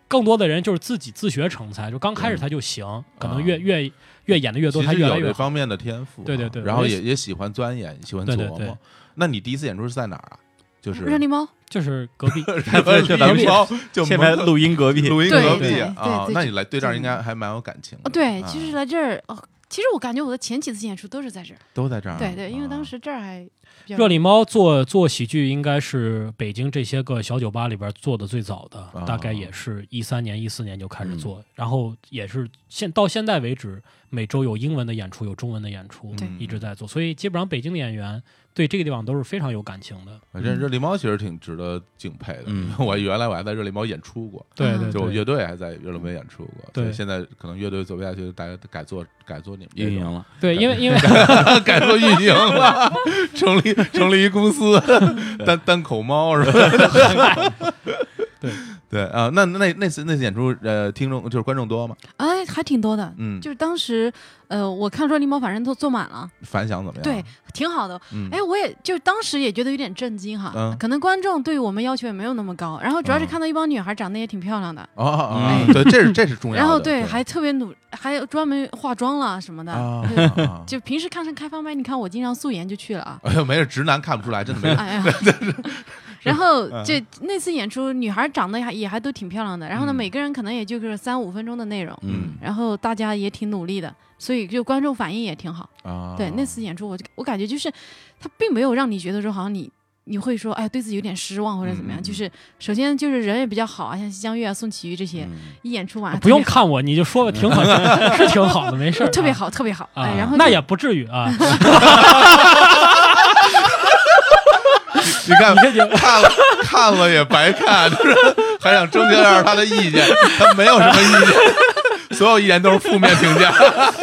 更多的人就是自己自学成才，就刚开始他就行，可能越越越演的越多，他越来越有这方面的天赋。 对对对， 然后也也喜欢钻研，喜欢琢磨。那你第一次演出是在哪儿啊？就是热力猫， 就是隔壁， 热力猫就现在录音隔壁， 录音隔壁啊。那你来对这儿应该还蛮有感情的。 对，就是来这儿哦。其实我感觉我的前几次演出都是在这儿， 都在这儿。 对对，因为当时这儿还热力猫做做喜剧，应该是北京这些个小酒吧里边做的最早的，大概也是一三年、一四年就开始做，然后也是现到现在为止，每周有英文的演出，有中文的演出，一直在做。所以基本上北京的演员对这个地方都是非常有感情的。 反正热力猫其实挺值得敬佩的，因为我原来我还在热力猫演出过， 对对， 就乐队还在热力猫演出过， 对， 现在可能乐队做不下去，大家改做改做你们运营了， 对，因为因为改做运营了，成立成立一公司，单单口猫是吧？ 对对啊，那那那次那次演出，呃，听众就是观众多吗？ 哎，还挺多的， 嗯， 就是当时，呃，我看热力猫反正都坐满了， 反响怎么样？ 对，挺好的。 嗯， 哎，我也就当时也觉得有点震惊哈，嗯，可能观众对我们要求也没有那么高，然后主要是看到一帮女孩长得也挺漂亮的， 哦哦，对，这是这是重要的。 然后对，还特别努，还专门化妆了什么的，就平时看上开放麦，你看我经常素颜就去了啊。 哎呦，没事，直男看不出来，真的没事。 哎呀。然后就那次演出，女孩长得还也还都挺漂亮的。然后呢，每个人可能也就是三五分钟的内容， 嗯， 然后大家也挺努力的，所以就观众反应也挺好啊。 对，那次演出我就我感觉就是他并没有让你觉得说好像你你会说哎对自己有点失望或者怎么样。就是首先就是人也比较好啊，像西江月啊、宋启瑜这些，一演出完不用看我，你就说吧，挺好，是挺好的，没事， 特别好，特别好。哎，然后那也不至于啊。 你看，看了看了也白看，就是还想征求一下他的意见，他没有什么意见，所有意见都是负面评价。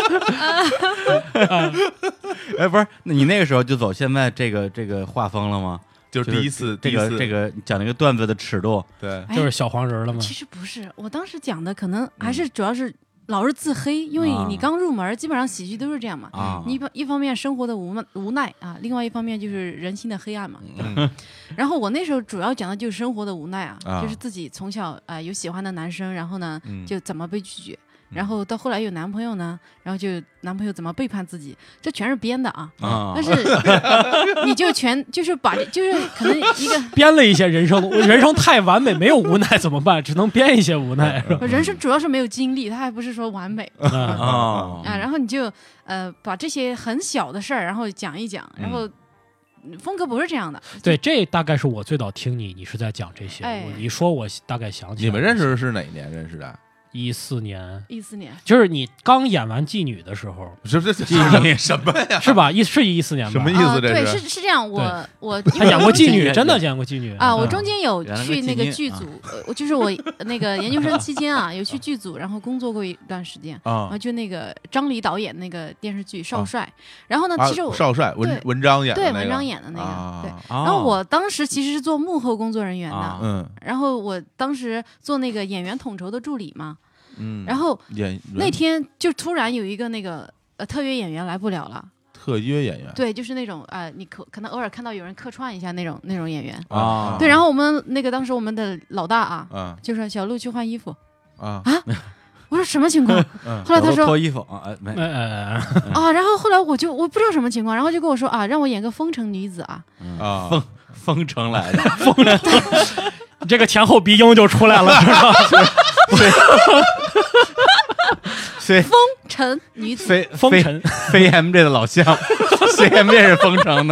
哎，不是，那你那个时候就走现在这个这个画风了吗？ 就是第一次， 这个这个讲那个段子的尺度， 对， 就是小黄人了吗？ 其实不是，我当时讲的可能还是主要是。老是自黑，因为你刚入门，基本上喜剧都是这样嘛。 啊， 你一方面生活的无无奈啊，另外一方面就是人性的黑暗嘛。 嗯、 然后我那时候主要讲的就是生活的无奈啊， 啊就是自己从小啊、呃、有喜欢的男生，然后呢、 嗯、 就怎么被拒绝，然后到后来有男朋友呢，然后就男朋友怎么背叛自己，这全是编的啊。 啊但是你就全就是把就是可能一个编了一些人生，人生太完美，没有无奈怎么办？只能编一些无奈。 人生主要是没有经历，他还不是说完美啊啊。然后你就呃把这些很小的事儿，然后讲一讲，然后。风格不是这样的， 对，这大概是我最早听你，你是在讲这些。 哎、 你一说，我大概想起来。 你们认识是哪一年认识的？ 一四年， 一四年， 就是你刚演完妓女的时候， 是不是妓女什么呀？ 是吧？一是一四年吧？ 什么意思？这是、呃、对，是是这样。我我他演过妓女，真的演过妓女啊！我中间有去那个剧组，我就是我那个研究生期间啊，有去剧组，然后工作过一段时间啊。然后就那个张黎导演那个电视剧《少帅》，然后呢，其实我少帅文文章演的对文章演的那个对。然后我当时其实是做幕后工作人员的， 嗯。 然后我当时做那个演员统筹的助理嘛。 嗯， 然后那天就突然有一个那个呃特约演员来不了了。 特约演员， 对，就是那种呃，你可可能偶尔看到有人客串一下那种那种演员啊。 对，然后我们那个当时我们的老大啊， 啊就说小鹿去换衣服啊啊。我说什么情况？ 嗯、 后来他说脱衣服啊，没啊。 然后后来我就我不知道什么情况，然后就跟我说啊，让我演个风城女子啊。 啊， 风风城来的， 风城，这个前后鼻音就出来了，是吧？ 对， 风城女子， 非风城非 M J 的老乡 ，C M J 是风城的。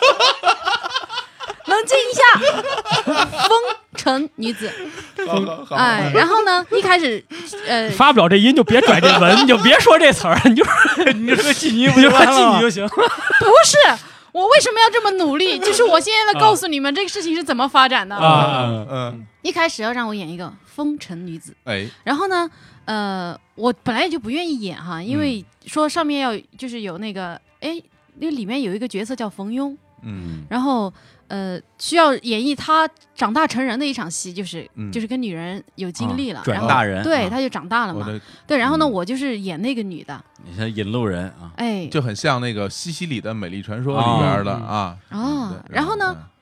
冷静一下，风城女子。哎，然后呢，一开始呃， 发不了这音就别拽这文，你就别说这词儿，你就你就说妓女，你就说妓女就行。 不是。我为什么要这么努力？就是我现在告诉你们、啊、这个事情是怎么发展的。 啊嗯嗯， 一开始要让我演一个风尘女子， 哎， 然后呢，呃，我本来也就不愿意演哈，因为说上面要就是有那个，哎，那里面有一个角色叫冯庸， 嗯， 然后呃，需要演绎他长大成人的一场戏，就是、 嗯、 就是跟女人有经历了， 啊、转大人， 对， 啊、 他就长大了嘛，对，然后呢，嗯、我就是演那个女的。 你像引路人啊， 哎， 就很像那个西西里的美丽传说里边的啊。 哦，然后呢，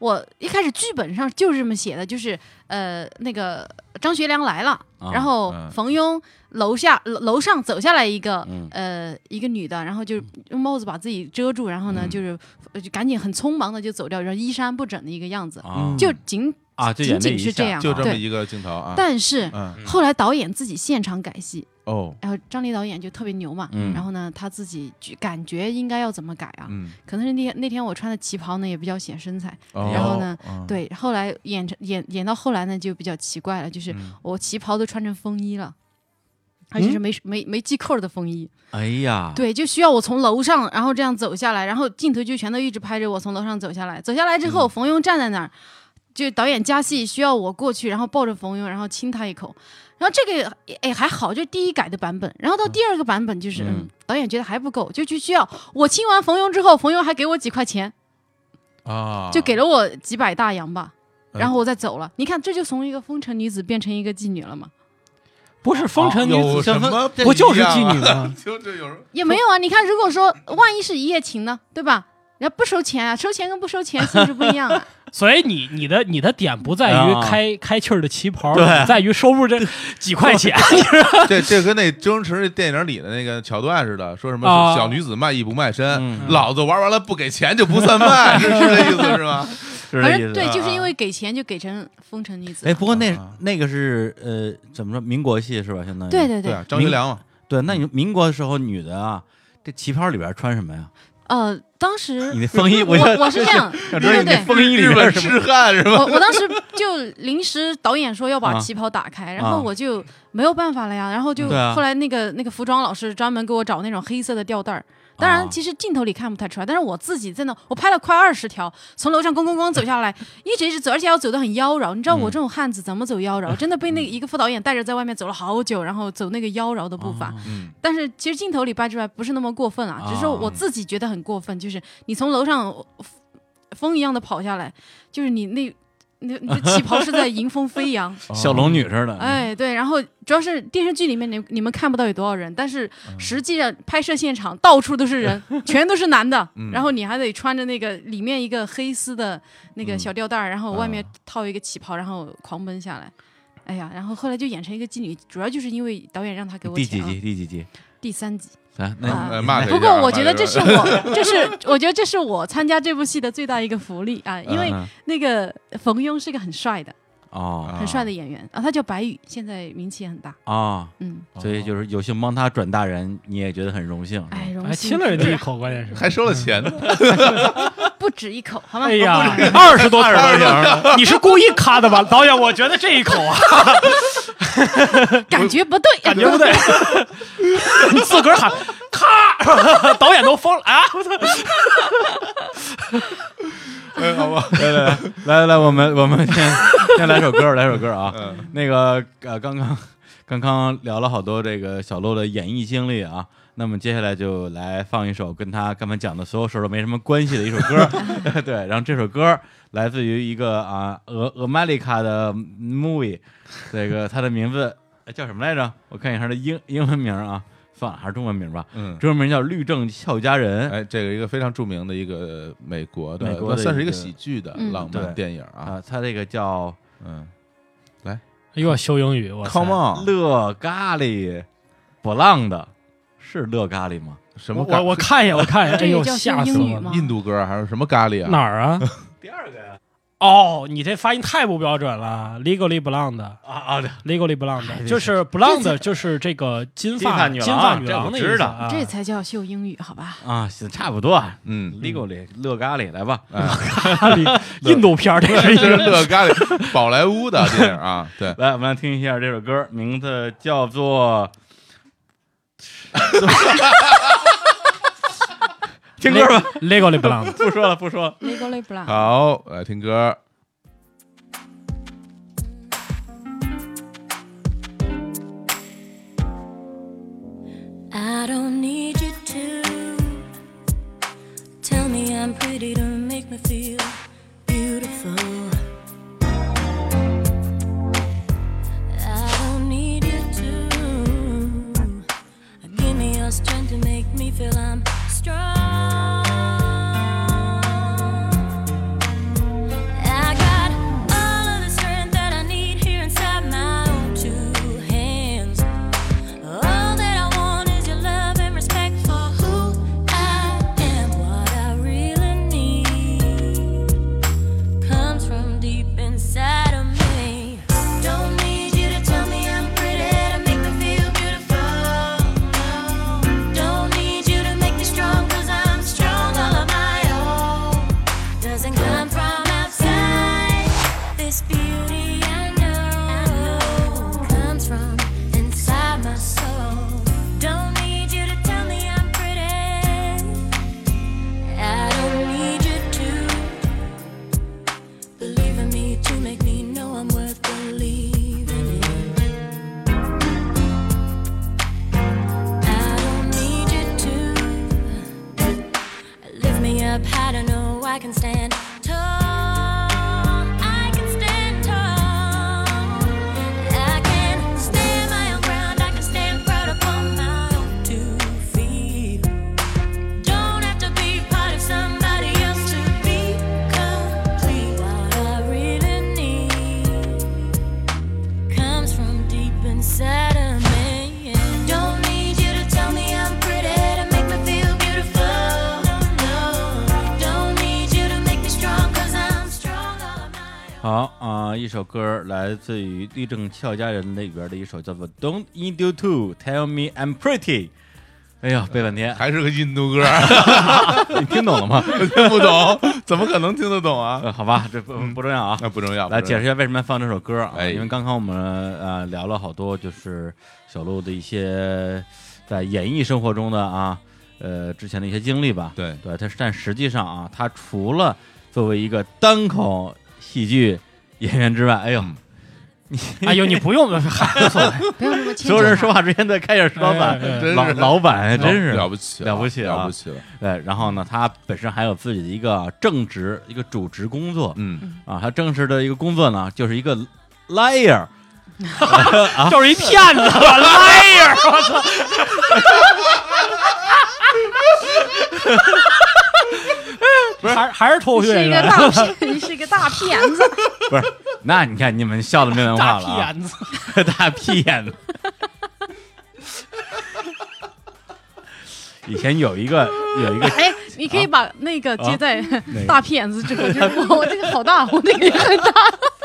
我一开始剧本上就是这么写的，就是呃那个张学良来了，啊、然后冯庸楼下楼上走下来一个、嗯、呃一个女的，然后就用帽子把自己遮住，然后呢、嗯、就是就赶紧很匆忙的就走掉，然后衣衫不整的一个样子， 啊、 就仅啊仅仅是这样， 就这么一个镜头啊。 但是、嗯、后来导演自己现场改戏。 哦， 然后张力导演就特别牛嘛， 嗯、 然后呢，他自己感觉应该要怎么改啊？ 嗯、 可能是那天那天我穿的旗袍呢也比较显身材， 哦、 然后呢， 哦、 对，后来演成演演到后来呢就比较奇怪了，就是我旗袍都穿成风衣了，而且是没、嗯、没没系扣的风衣。 哎呀， 对，就需要我从楼上，然后这样走下来，然后镜头就全都一直拍着我从楼上走下来，走下来之后，嗯、冯庸站在那儿，就导演加戏需要我过去，然后抱着冯庸，然后亲他一口。然后这个哎还好，就第一改的版本，然后到第二个版本就是、嗯嗯、导演觉得还不够，就就需要我亲完冯庸之后，冯庸还给我几块钱啊， 就给了我几百大洋吧，然后我再走了。嗯、你看，这就从一个风尘女子变成一个妓女了吗？ 不是风尘女子， 什么不就是妓女吗？ 就这有也没有啊。你看，如果说万一是一夜情呢，对吧？人家不收钱啊，收钱跟不收钱性质不一样啊。 所以你你的你的点不在于开、啊、开气儿的旗袍， 对， 在于收入这几块钱。 这这跟那周星驰电影里的那个桥段似的，说什么小女子卖艺不卖身，啊、老子玩完了不给钱就不算卖，是是这意思是吗？ 是这意思。对，就是因为给钱就给成风尘女子。 哎，不过那那个是呃怎么说民国戏是吧？相当于对对对， 对、啊，张学良嘛。 对，那你民国的时候女的啊，这旗袍里边穿什么呀？ 呃，当时你的风衣，我我是这样，对对对， 风衣里日本痴汉是吧？ 我我当时就临时导演说要把旗袍打开，啊、然后我就没有办法了呀，然后就后来那个、啊、那个服装老师专门给我找那种黑色的吊带儿。当然，其实镜头里看不太出来，但是我自己在那，我拍了快二十条，从楼上咣咣咣走下来，一直一直走，而且要走得很妖娆。你知道我这种汉子怎么走妖娆？嗯、真的被那个一个副导演带着在外面走了好久，然后走那个妖娆的步伐。 嗯、 但是其实镜头里拍出来不是那么过分啊，只是我自己觉得很过分，就是你从楼上风一样的跑下来，就是你那。你你的旗袍是在迎风飞扬， 小龙女似的。 哎，对，然后主要是电视剧里面你你们看不到有多少人，但是实际上拍摄现场到处都是人，全都是男的， 嗯、 然后你还得穿着那个里面一个黑丝的那个小吊带，嗯、然后外面套一个旗袍，然后狂奔下来。哎呀，然后后来就演成一个妓女，主要就是因为导演让他给我钱。 第几集？第几集？ 第三集。 啊，那、 呃、骂不过我觉得这是我，这是我觉得这是我参加这部戏的最大一个福利啊，因为那个冯庸是个很帅的哦， 很帅的演员啊，他叫白宇，现在名气也很大啊、哦， 嗯， 所以就是有幸帮他转大人，你也觉得很荣幸， 哎，荣幸， 亲了人家一口，关键是还收了钱呢， 不止一口，好吗？ 哎呀，二十多口儿，你是故意卡的吧，导演？我觉得这一口啊。 感觉不对， 感觉不对，你自个儿喊咔，导演都疯了啊！ 哎，好吧， 来来来来来，我们我们先先来首歌，来首歌啊。嗯、那个呃，刚刚刚刚聊了好多这个小鹿的演艺经历啊，那么接下来就来放一首跟他刚才讲的所有事都没什么关系的一首歌。对，然后这首歌来自于一个啊俄俄麦利卡的 movie。这个他的名字叫什么来着？我看一下他的英英文名啊，算了，还是中文名吧。 嗯， 中文名叫《律政俏佳人》。 哎，这个一个非常著名的一个美国的， 美国的算是一个喜剧的嗯、 浪漫电影啊。 啊，他这个叫嗯，来， 哎呦，修英语，我 Come on， 乐咖喱不浪的，是乐咖喱吗？ 什么？ 我我看一眼，我看一眼，哎呦，吓死我了！ 印度歌还是什么咖喱啊？ 哪儿啊？ 第二个呀。 哦，你这发音太不标准了 ，legally blonde 啊啊 ，legally blonde 就是 blonde 就是这个金发女金发女郎的意思， 啊、 这才叫秀英语，好吧？ 啊，差不多， 嗯 ，legally 乐咖喱来吧， 咖喱印度片这是一个乐咖喱，宝莱坞的电影啊，对， 来，我们来听一下这首歌，名字叫做。听歌吧 ，legally blonde 不说了，不说了 ，legally blonde。 好，来听歌。 I don't need you to tell me I'm pretty to make me feel beautiful. I don't need you to give me your strength to make me feel I'm strong. can stand tall. I can stand tall. I can stand my own ground. I can stand proud upon my own two feet. Don't have to be part of somebody else to be complete. What I really need comes from deep inside of me. Don't need you to tell me I'm pretty to make me feel beautiful. No, don't need you to make me strong, 'cause I'm strong all of my own. 好啊、呃，一首歌来自于律政俏佳人里边的一首叫做 Don't Need You To Tell Me I'm Pretty。哎呀，背半天还是个印度歌， 你听懂了吗？ 听不懂，怎么可能听得懂啊？ 呃、好吧，这不不重要啊， 那不重要。 来解释一下为什么要放这首歌啊？ 哎、 因为刚刚我们呃聊了好多，就是小鹿的一些在演艺生活中的啊，呃之前的一些经历吧。 对对，但是但实际上啊，他除了作为一个单口喜剧演员之外，哎呦。嗯哎呦，你不用喊不用这么谦所有人说话之前再开点石老板， 哎哎老老板真是了不起了不起了不起了。 对，然后呢，他本身还有自己的一个正职，一个主职工作。 嗯啊，他正式的一个工作呢，就是一个 liar， 就是一骗子 liar， 我操！不是，还还是脱口秀演员， 你是一个大骗，你是一个大骗子。 不是，那你看你们笑的没文化了、啊， 大骗子， 大骗子。以前有一个有一个， 哎，你可以把那个接在啊、 大骗子之后，就是我我这个好大，我这个也很大。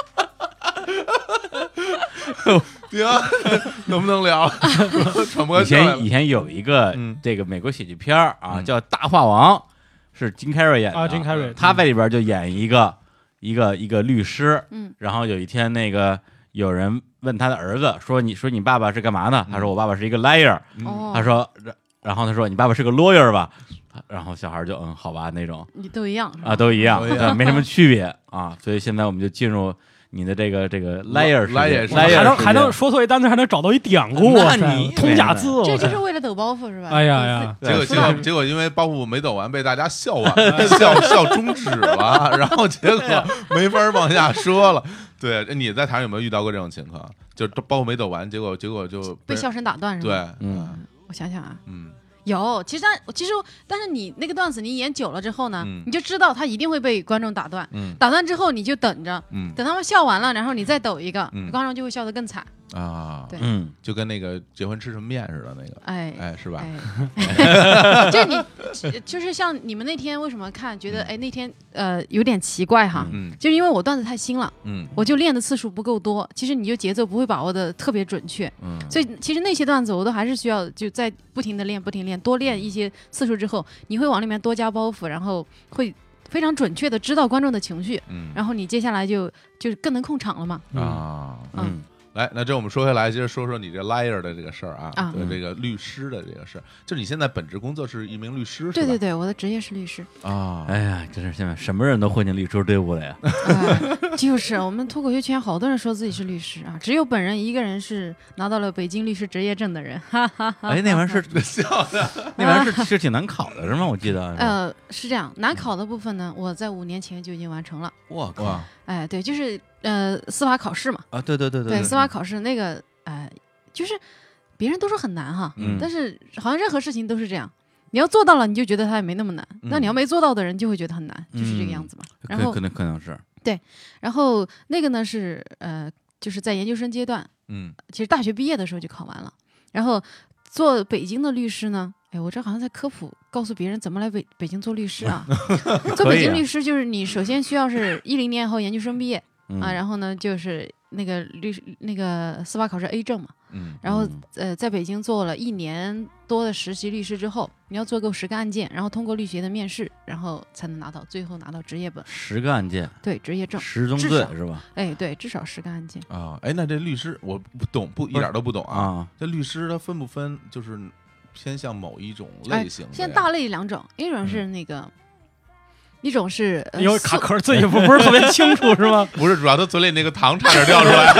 行，能不能聊？传播以前以前有一个、嗯、这个美国喜剧片啊，嗯、叫《大话王》，是金凯瑞演的啊，金凯瑞， 他在里边就演一个、嗯、一个一个律师， 嗯， 然后有一天那个有人问他的儿子说：“你说你爸爸是干嘛的？”他说：“我爸爸是一个 liar。 嗯” 他说，然后他说：“你爸爸是个 lawyer 吧？”然后小孩就嗯，好吧，那种你都一样啊，都一样，呃、没什么区别啊。所以现在我们就进入。你的这个这个 liar liar liar 还能还能说错一单词，还能找到一典故， 那你通假字， 这就是为了抖包袱是吧？ 哎呀呀！ 结果结果结果因为包袱没抖完，被大家笑完，笑笑终止了，然后结果没法往下说了。对，你在台上有没有遇到过这种情况？就包袱没抖完，结果结果就被笑声打断是吧？ 对， 嗯， 我想想啊， 嗯。 有，其实但其实但是你那个段子你演久了之后呢， 嗯、 你就知道他一定会被观众打断。 嗯， 打断之后你就等着， 嗯， 等他们笑完了，然后你再抖一个， 嗯、 观众就会笑得更惨。 啊， 对， 嗯， 就跟那个结婚吃什么面似的那个， 哎哎，是吧？ 哎、就你就是像你们那天为什么看觉得、嗯、哎那天呃有点奇怪哈， 嗯， 就是因为我段子太新了， 嗯， 我就练的次数不够多，其实你就节奏不会把握的特别准确， 嗯， 所以其实那些段子我都还是需要就在不停的练，不停练，多练一些次数之后，你会往里面多加包袱，然后会非常准确的知道观众的情绪， 嗯， 然后你接下来就就更能控场了嘛， 啊， 嗯。嗯来，那这我们说回来，接着说说你这 liar 的这个事儿啊， 啊对这个律师的这个事儿，就是你现在本职工作是一名律师，是吧？ 对对对，我的职业是律师啊。 哎呀，真是现在什么人都混进律师队伍了呀！ 呃、就是我们脱口秀圈好多人说自己是律师啊，只有本人一个人是拿到了北京律师执业证的人。哈哈哈。 哎，那玩意儿是笑的， 那玩意儿是是挺难考的，是吗？我记得。 呃，是这样，难考的部分呢，我在五年前就已经完成了。 我靠！ 哎，对，就是呃司法考试嘛。 啊，对对对对。 对司法考试那个，呃，就是别人都说很难哈， 嗯， 但是好像任何事情都是这样，你要做到了，你就觉得它也没那么难； 嗯、 那你要没做到的人就会觉得很难， 嗯、 就是这个样子嘛。然后可能可能是对，然后那个呢是呃，就是在研究生阶段， 嗯， 其实大学毕业的时候就考完了，然后做北京的律师呢。哎，我这好像在科普，告诉别人怎么来北北京做律师啊。做北京律师就是你首先需要是一零年后研究生毕业、 嗯、 啊，然后呢就是那个律师那个司法考试 A 证嘛， 嗯， 然后呃在北京做了一年多的实习律师之后，你要做够十个案件，然后通过律协的面试，然后才能拿到最后拿到执业本。 十个案件， 对，执业证， 十宗罪是吧？ 哎，对，至少十个案件啊。哎，那这律师我不懂，不一点都不懂啊。 啊这律师他分不分就是？偏向某一种类型， 哎、现在大类两种，一种是那个，嗯、一种是有、呃、卡壳，自己不不是特别清楚是吗？ 不是，主要他嘴里那个糖差点掉出来。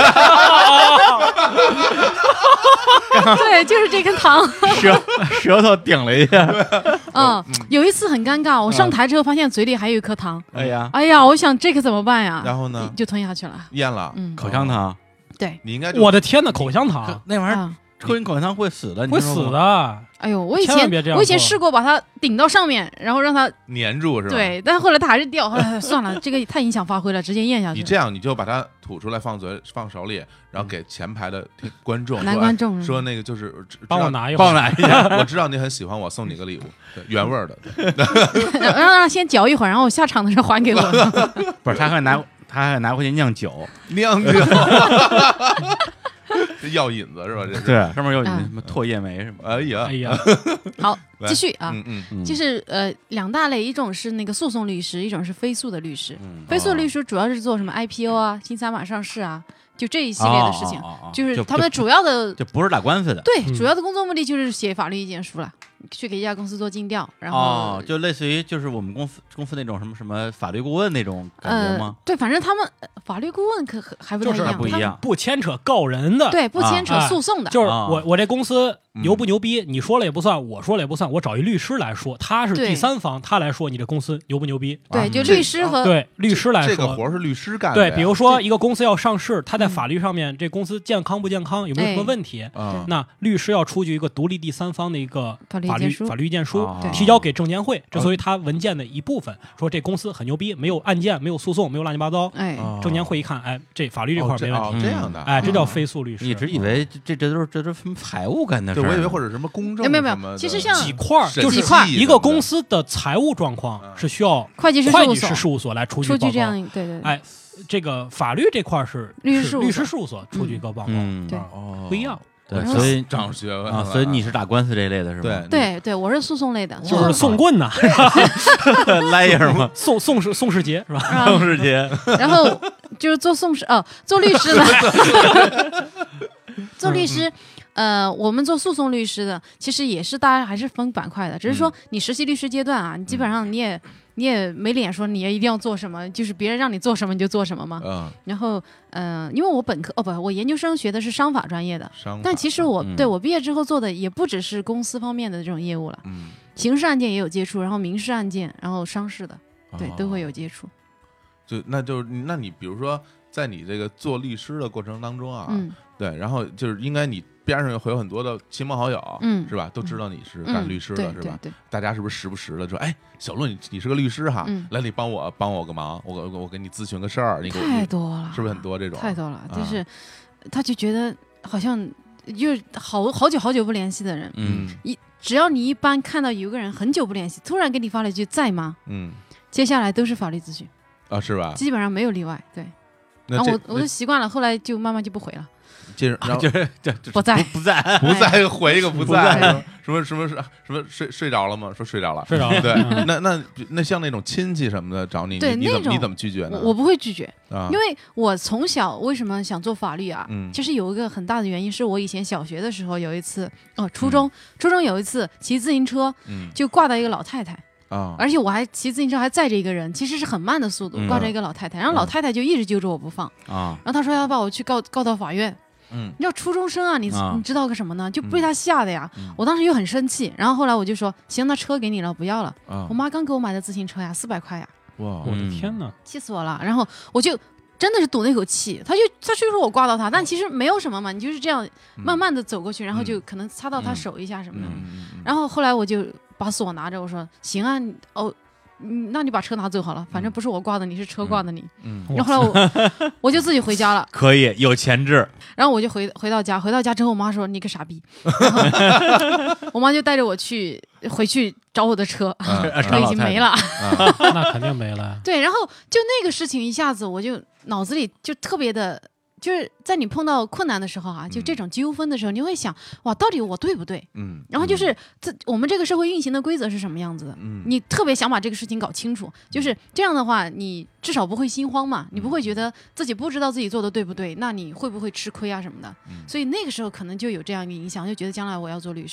对，就是这根糖， 舌舌头顶了一下。 嗯，有一次很尴尬，我上台之后发现嘴里还有一颗糖， 哎呀， 哎呀，我想这可怎么办呀？ 然后呢， 就吞下去了， 咽了， 嗯， 口香糖， 对， 你应该， 我的天哪，口香糖那玩意儿喝进口香糖会死的， 会死的。 哎呦，我以前我以前试过把它顶到上面，然后让它粘住是吧？ 对，但后来它还是掉，后来算了，这个太影响发挥了，直接咽下去。 你这样你就把它吐出来放嘴放手里，然后给前排的观众男观众说那个就是帮我拿一帮我拿一下， 我知道你很喜欢我，送你个礼物，对，原味的， 让让他先嚼一会儿，然后我下场的时候还给我。 不是，他还拿他还拿回去酿酒， 酿酒。这药引子是吧？这是对，上面有你什么唾液酶什么？ 哎呀， 哎呀， 好，继续啊， 嗯嗯， 就是呃两大类，一种是那个诉讼律师，一种是非诉的律师。非诉律师主要是做什么 I P O 啊、新三板上市啊，就这一系列的事情，就是他们主要的就不是打官司的， 对，主要的工作目的就是写法律意见书了。去给一家公司做尽调，然后、 哦、就类似于就是我们公司公司那种什么什么法律顾问那种感觉吗？ 呃、对，反正他们法律顾问可还不太一样， 就是不一样， 不牵扯告人的， 对，不牵扯诉讼的， 啊、就是我我这公司牛不牛逼，嗯、你说了也不算，我说了也不算，我找一律师来说，他是第三方，他来说你这公司牛不牛逼？ 对， 啊、 就律师和、 啊、对律师来说， 这个活是律师干的。 对，比如说一个公司要上市，他在法律上面、嗯、这公司健康不健康，有没有什么问题？ 哎、 那律师要出具一个独立第三方的一个法律法律意见书。 啊、 提交给证监会，这作为他文件的一部分。说这公司很牛逼，没有案件，没有诉讼，没有乱七八糟。 哎， 证监会一看，哎，这法律这块没问题。 哦哦、这样的， 哎，这叫非诉律师。 一直以为这这都是这都是什么财务干的事儿，我以为或者什么公证， 没有没有，其实像几块就是一个公司的财务状况是需要会计师会计师事务所来出具报告。 这样，对对。 哎，这个法律这块是律师律师事务所出具一个报告， 对， 不一样。 对，所以长学问啊，所以你是打官司这一类的是吧？ 对对对，我是诉讼类的， 就是送棍呐， 来一儿吗？ 宋宋世宋世杰是吧？ 宋世杰， 然后就是做宋世哦，做律师的，做律师。呃，我们做诉讼律师的，其实也是大家还是分板块的，只是说你实习律师阶段啊，你基本上你也你也没脸说你也一定要做什么，就是别人让你做什么你就做什么嘛。 嗯。 然后，呃，因为我本科哦不，我研究生学的是商法专业的， 商法但其实我、 嗯、 对我毕业之后做的也不只是公司方面的这种业务了， 嗯， 刑事案件也有接触，然后民事案件，然后商事的，对， 哦、 都会有接触。 就那就是那你比如说在你这个做律师的过程当中啊， 嗯， 对，然后就是应该你。边上会有很多的亲朋好友， 嗯， 是吧？都知道你是干律师的， 嗯、 是吧？ 对对对， 大家是不是时不时的说，哎，小陆，你你是个律师哈， 嗯、 来，你帮我帮我个忙，我我我给你咨询个事儿，你给我太多了， 是不是很多这种？ 太多了， 啊、 就是、他就觉得好像就是好好久好久不联系的人， 嗯， 一只要你一般看到有个人很久不联系，突然给你发了一句在吗？ 嗯， 接下来都是法律咨询啊，是吧？ 基本上没有例外，对。然后我我就习惯了，后来就慢慢就不回了。 接着，然后就是不在不在不在回一个不在， 在什么什么什么什么睡睡着了吗？说睡着了， 睡着了。 对，那那那像那种亲戚什么的找你， 对， 你怎么你怎么拒绝呢？ 我不会拒绝， 啊， 因为我从小为什么想做法律啊？ 嗯， 其实有一个很大的原因是我以前小学的时候有一次，哦，初中初中有一次骑自行车， 嗯， 就挂到一个老太太。 啊！ 而且我还骑自行车，还载着一个人，其实是很慢的速度，挂着一个老太太，然后老太太就一直揪着我不放啊， 然后她说要把我去告告到法院。 嗯， 你知道初中生啊，你啊你知道个什么呢？就被他吓的呀。 嗯、 我当时又很生气，然后后来我就说行，那车给你了，不要了。 啊、 我妈刚给我买的自行车呀，四百块呀。 哇， 我的天哪， 气死我了！然后我就真的是堵那口气，他就他就说我挂到他，但其实没有什么嘛，你就是这样慢慢的走过去，然后就可能擦到他手一下什么的。 嗯嗯嗯、 然后后来我就把锁拿着，我说行啊，哦。嗯，那你把车拿走好了，反正不是我挂的，你是车挂的你。 嗯， 然后后来我我就自己回家了。 可以有前置。 然后我就回回到家，回到家之后，我妈说你个傻逼，然后我妈就带着我去回去找我的车， 啊、 车已经没了。 啊、 那肯定没了。 对，然后就那个事情一下子我就脑子里就特别的。就是在你碰到困难的时候啊，就这种纠纷的时候，嗯、你会想，哇，到底我对不对？ 嗯， 然后就是这我们这个社会运行的规则是什么样子的？ 嗯， 你特别想把这个事情搞清楚，就是这样的话，你至少不会心慌嘛，你不会觉得自己不知道自己做的对不对，那你会不会吃亏啊什么的？ 嗯、 所以那个时候可能就有这样一个影响，就觉得将来我要做律师。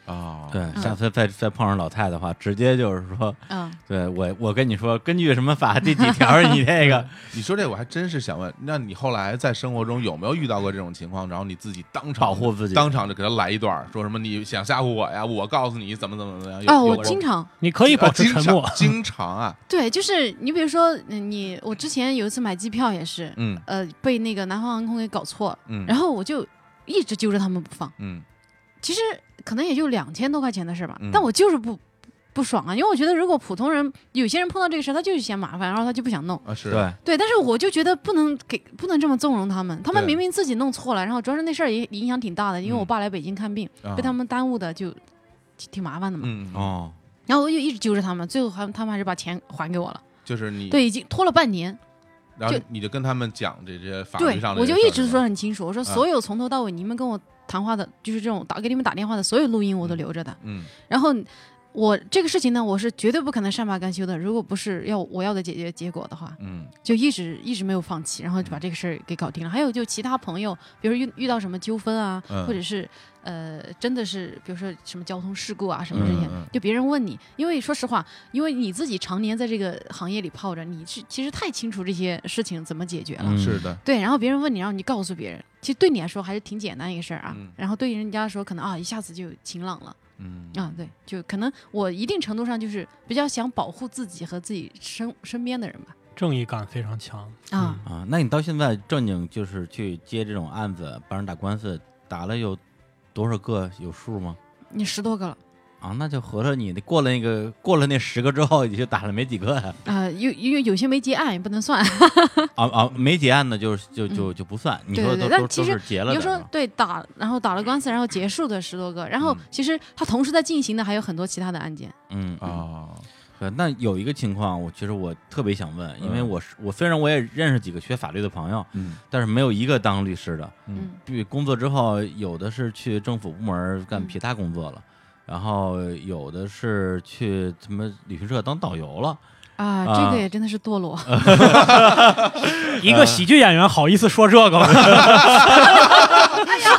啊， 对，下次再再碰上老太太的话，直接就是说， 嗯， 对我我跟你说，根据什么法第几条，你这个， 你说这我还真是想问，那你后来在生活中有没有遇到过这种情况？然后你自己当场保护自己， 当场就给他来一段，说什么你想吓唬我呀？我告诉你怎么怎么怎么样？ 哦，我经常， 你可以保持沉默， 经常啊， 对，就是你比如说你，我之前有一次买机票也是， 嗯， 呃，被那个南方航空给搞错了， 嗯， 然后我就一直揪着他们不放， 嗯， 其实可能也就两千多块钱的事吧， 嗯、 但我就是不不爽啊，因为我觉得如果普通人有些人碰到这个事，他就是嫌麻烦，然后他就不想弄啊，是对对，但是我就觉得不能给不能这么纵容他们，他们明明自己弄错了，然后主要是那事儿也影响挺大的，因为我爸来北京看病， 嗯、 被他们耽误的就挺麻烦的嘛， 嗯哦， 然后我就一直揪着他们，最后还他们还是把钱还给我了， 就是你对，已经拖了半年。 然后你就跟他们讲这些法律上的， 对，我就一直说很清楚，我说所有从头到尾你们跟我谈话的，就是这种打给你们打电话的所有录音我都留着的。 嗯， 然后我这个事情呢，我是绝对不可能善罢甘休的。如果不是要我要的解决结果的话， 嗯， 就一直一直没有放弃，然后就把这个事儿给搞定了。还有就其他朋友，比如遇遇到什么纠纷啊， 嗯、 或者是呃，真的是比如说什么交通事故啊什么这些， 嗯嗯、 就别人问你，因为说实话，因为你自己常年在这个行业里泡着，你是其实太清楚这些事情怎么解决了。 嗯、 是的， 对。然后别人问你，然后你告诉别人，其实对你来说还是挺简单一个事儿啊。 嗯、 然后对于人家说，可能啊一下子就晴朗了。 嗯啊，对，就可能我一定程度上就是比较想保护自己和自己身身边的人吧。 正义感非常强啊、 嗯、啊！那你到现在正经就是去接这种案子，帮人打官司，打了有多少个有数吗？ 你十多个了啊，那就合着你过了那个过了那十个之后，你就打了没几个呀？ 啊，因、呃、因为有些没结案也不能算。 啊啊，没结案的就就就就不算。 嗯、 你说对对对，但其实你就说对打，然后打了官司，然后结束的十多个，然后其实他同时在进行的还有很多其他的案件。 嗯啊。哦对，那有一个情况，我其实我特别想问，因为我是我虽然我也认识几个学法律的朋友， 嗯， 但是没有一个当律师的， 嗯， 工作之后有的是去政府部门干其他工作了，嗯、然后有的是去什么旅行社当导游了。 啊，这个也真的是堕落。 一个喜剧演员好意思说这个吗？ 哎呀，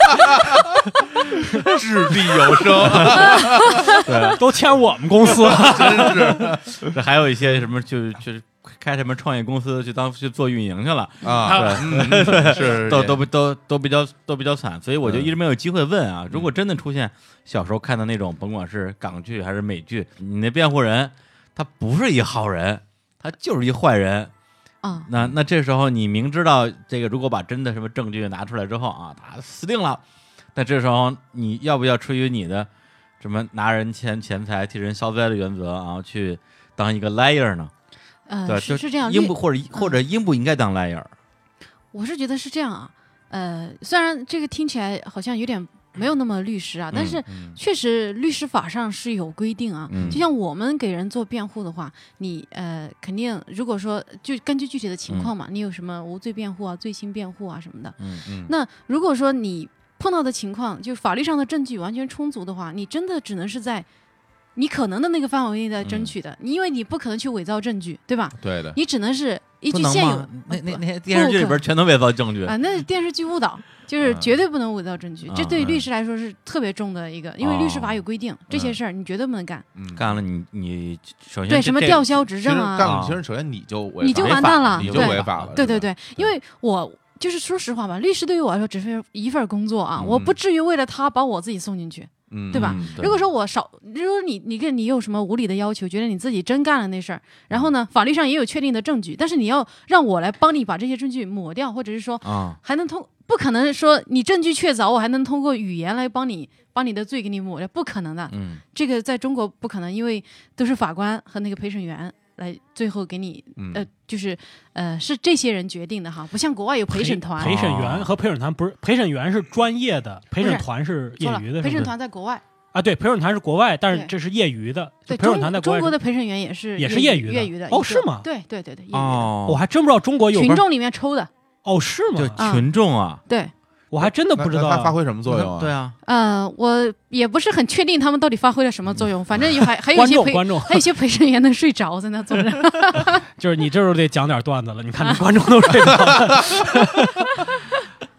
掷地有声， 对， 都签我们公司， 真是。 这还有一些什么，就就是开什么创业公司去当去做运营去了啊， 对， 嗯、是都都都都比较都比较惨，所以我就一直没有机会问啊。嗯、如果真的出现小时候看的那种，甭管是港剧还是美剧，你那辩护人他不是一好人，他就是一坏人。 啊， 那那这时候你明知道这个，如果把真的什么证据拿出来之后啊，他死定了。那这时候你要不要出于你的什么拿人钱钱财替人消灾的原则啊，去当一个 liar 呢？ 呃， 对， 是是这样， 应不或者或者应不应该当 liar？ 我是觉得是这样啊，呃，虽然这个听起来好像有点没有那么律师啊，但是确实律师法上是有规定啊。 嗯、 就像我们给人做辩护的话，你呃肯定如果说就根据具体的情况嘛，嗯、你有什么无罪辩护啊、罪轻辩护啊什么的。 嗯嗯。 那如果说你碰到的情况，就法律上的证据完全充足的话，你真的只能是在你可能的那个范围内在争取的，嗯、因为你不可能去伪造证据，对吧？ 对的。 你只能是依据现有。 那那那些电视剧里边全都伪造证据啊，那是电视剧误导。就是绝对不能伪造证据， 嗯、 这对律师来说是特别重的一个，嗯、因为律师法有规定，哦、这些事儿你绝对不能干。 嗯， 干了你你首先对什么吊销执证啊， 干了其实首先你就违你就完蛋了， 你就违法了。 对对对，因为我就是说实话吧，律师对于我来说只是一份工作啊， 嗯、 我不至于为了他把我自己送进去。 嗯， 对吧？ 嗯、对如果说我少，如果你你跟你有什么无理的要求，觉得你自己真干了那事儿，然后呢，法律上也有确定的证据，但是你要让我来帮你把这些证据抹掉，或者是说， 啊， 还能通，不可能说你证据确凿，我还能通过语言来帮你把你的罪给你抹掉，不可能的。 嗯， 这个在中国不可能，因为都是法官和那个陪审员来最后给你， 嗯、 呃，就是呃，是这些人决定的哈，不像国外有陪审团。 陪审员和陪审团不是，陪审员是专业的，陪审团是业余的。 陪审团在国外。 啊，对，陪审团是国外，但是这是业余的。 对， 陪审团在国外， 中国的陪审员也是也是业余的， 业余的。 哦，是吗？ 对对对对， 哦， 我还真不知道中国有群众里面抽的。 哦，是吗？ 就群众啊， 对， 我还真的不知道他发挥什么作用啊？ 对啊， 呃，我也不是很确定他们到底发挥了什么作用，反正有还还有一些陪观众， 还有一些陪审员能睡着在那坐着。 就是你这时候得讲点段子了，你看这观众都睡着了。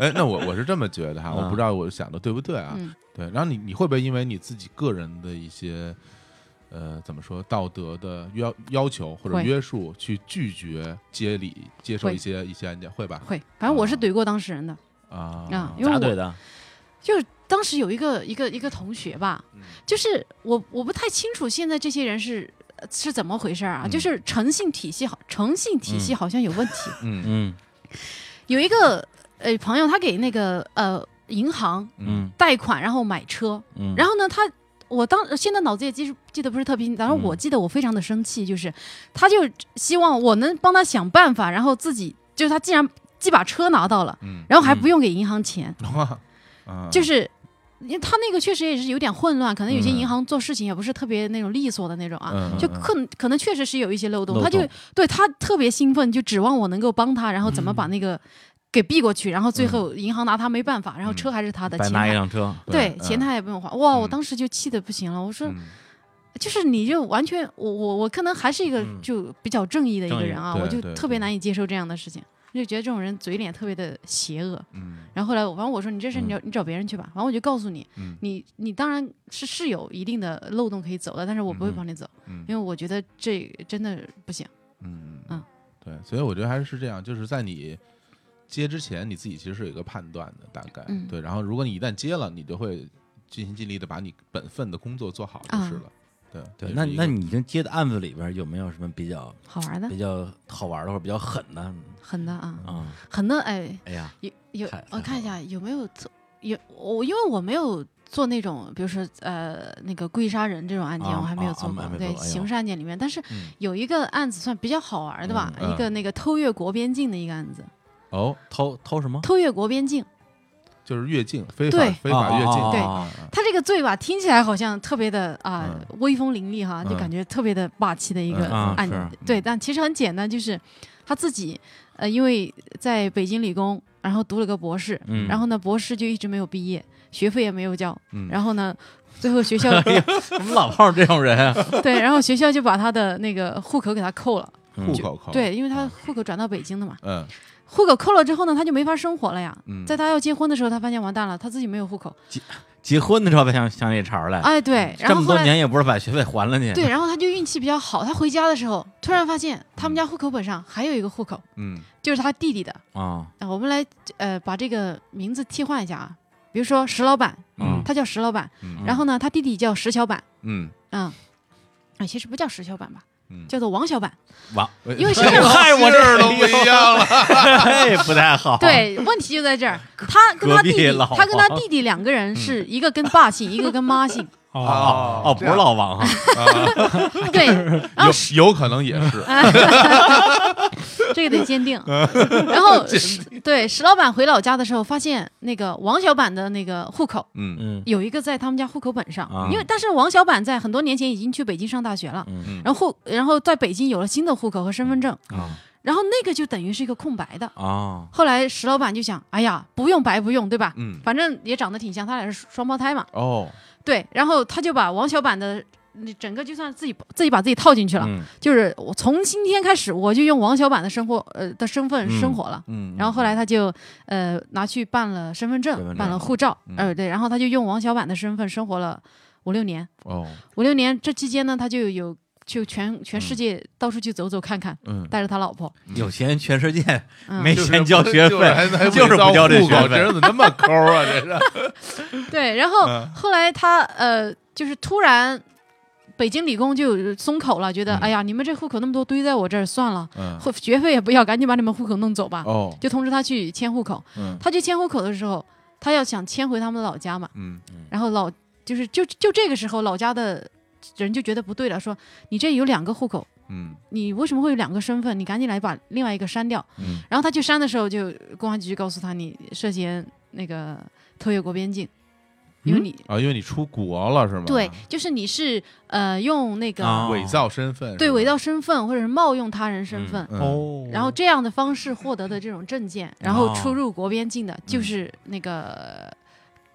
哎，那我我是这么觉得哈，我不知道我想的对不对啊？对，然后你你会不会因为你自己个人的一些呃怎么说道德的要要求或者约束，去拒绝接理接受一些一些案件，会吧？ 会，反正我是怼过当事人的啊啊，因为咋怼的？ 就是当时有一个一个一个同学吧， 嗯、 就是我我不太清楚现在这些人是是怎么回事啊？ 嗯、 就是诚信体系好，诚信体系好像有问题。 嗯嗯， 有一个呃朋友，他给那个呃银行嗯贷款，然后买车， 嗯， 然后呢，他我当现在脑子也记记得不是特别清，然后我记得我非常的生气，就是他就希望我能帮他想办法，然后自己就是他既然既把车拿到了， 嗯、 然后还不用给银行钱。 嗯、 就是因为他那个确实也是有点混乱，可能有些银行做事情也不是特别那种利索的那种啊， 嗯、 就可可能确实是有一些漏洞， 漏洞他就对他特别兴奋，就指望我能够帮他，然后怎么把那个给避过去，然后最后银行拿他没办法，然后车还是他的， 白钱拿一辆车， 对，钱他也不用花，哇，我当时就气得不行了，我说。就是你就完全我我我可能还是一个就比较正义的一个人啊，我就特别难以接受这样的事情。就觉得这种人嘴脸特别的邪恶， 嗯， 然后后来我反正我说你这事你找、嗯、你找别人去吧，反正我就告诉你， 嗯、 你你当然是是有一定的漏洞可以走的，但是我不会帮你走， 嗯、 因为我觉得这真的不行， 嗯嗯， 对，所以我觉得还是这样，就是在你接之前，你自己其实是有一个判断的，大概、 嗯、 对，然后如果你一旦接了，你就会尽心尽力的把你本分的工作做好就是了。啊对对，那那你已经接的案子里边有没有什么比较好玩的、 比较好玩的或者比较狠的？ 狠的啊， 啊， 狠的哎， 哎呀， 有有，我看一下有没有有我，因为我没有做那种，比如说呃那个故意杀人这种案件， 啊、 我还没有做过。 啊啊、 对，刑事案件里面，但是有一个案子算比较好玩的吧， 嗯、 一个那个偷越国边境的一个案子。 哦， 偷偷什么？ 偷越国边境。 就是越境，非法非法越境。 对，他这个罪吧，听起来好像特别的啊、呃嗯、威风凛凛哈，就感觉特别的霸气的一个案子。 嗯嗯、 对，但其实很简单，就是他自己呃，因为在北京理工，然后读了个博士， 嗯、 然后呢，博士就一直没有毕业，学费也没有交， 嗯、 然后呢，最后学校我们老碰上这种人啊。 对，然后学校就把他的那个户口给他扣了， 户口扣。 对，因为他户口转到北京的嘛。 嗯。 户口扣了之后呢，他就没法生活了呀。 嗯、 在他要结婚的时候，他发现完蛋了，他自己没有户口。 结结婚的时候才想想这茬来。 哎，对，然后这么多年也不是把学费还了你。 对，然后他就运气比较好，他回家的时候突然发现他们家户口本上还有一个户口， 嗯， 就是他弟弟的啊。 我们来呃把这个名字替换一下啊，比如说石老板， 嗯， 他叫石老板， 嗯、 然后呢，他弟弟叫石小板， 嗯嗯，啊，其实不叫石小板吧。 嗯、 叫做王小板， 王， 因为现在害我这儿都不一样了， 哎，不太好。 对，问题就在这儿，他跟他弟弟，他跟他弟弟两个人是一个跟爸姓，一个跟妈姓。 哦哦，不是老王哈。 对，然后有有可能也是， 这个得鉴定。然后对石老板回老家的时候，发现那个王小板的那个户口， 嗯嗯， 有一个在他们家户口本上，因为但是王小板在很多年前已经去北京上大学了， 嗯， 然后然后在北京有了新的户口和身份证啊。 然后那个就等于是一个空白的啊。 后来石老板就想，哎呀，不用白不用，对吧？ 嗯， 反正也长得挺像，他俩是双胞胎嘛。 哦， 对，然后他就把王小板的整个就算自己自己把自己套进去了， 嗯、 就是我从今天开始我就用王小板的生活呃的身份生活了。 嗯， 然后后来他就呃拿去办了身份证， 身份证办了护照， 嗯、 呃对，然后他就用王小板的身份生活了五六年。 哦， 五六年这期间呢，他就有。就全全世界到处去走走看看， 嗯， 带着他老婆， 有钱全世界， 嗯、 没钱交学费， 就是不交这学费， 这人怎么那么抠啊？这是。 对，然后、嗯、后来他呃，就是突然北京理工就松口了，觉得、 嗯、 哎呀，你们这户口那么多堆在我这儿，算了， 嗯， 学费也不要，赶紧把你们户口弄走吧。 哦， 就通知他去迁户口。 嗯， 他去迁户口的时候，他要想迁回他们的老家嘛， 嗯， 然后老就是就就这个时候老家的。人就觉得不对了，说你这有两个户口， 嗯， 你为什么会有两个身份？你赶紧来把另外一个删掉。 嗯， 然后他去删的时候，就公安局告诉他，你涉嫌那个偷越国边境，因为你啊、嗯哦，因为你出国了是吗？ 对，就是你是呃用那个、 啊、伪造身份， 对，伪造身份或者是冒用他人身份， 嗯嗯、 哦， 然后这样的方式获得的这种证件，然后出入国边境的，就是那个。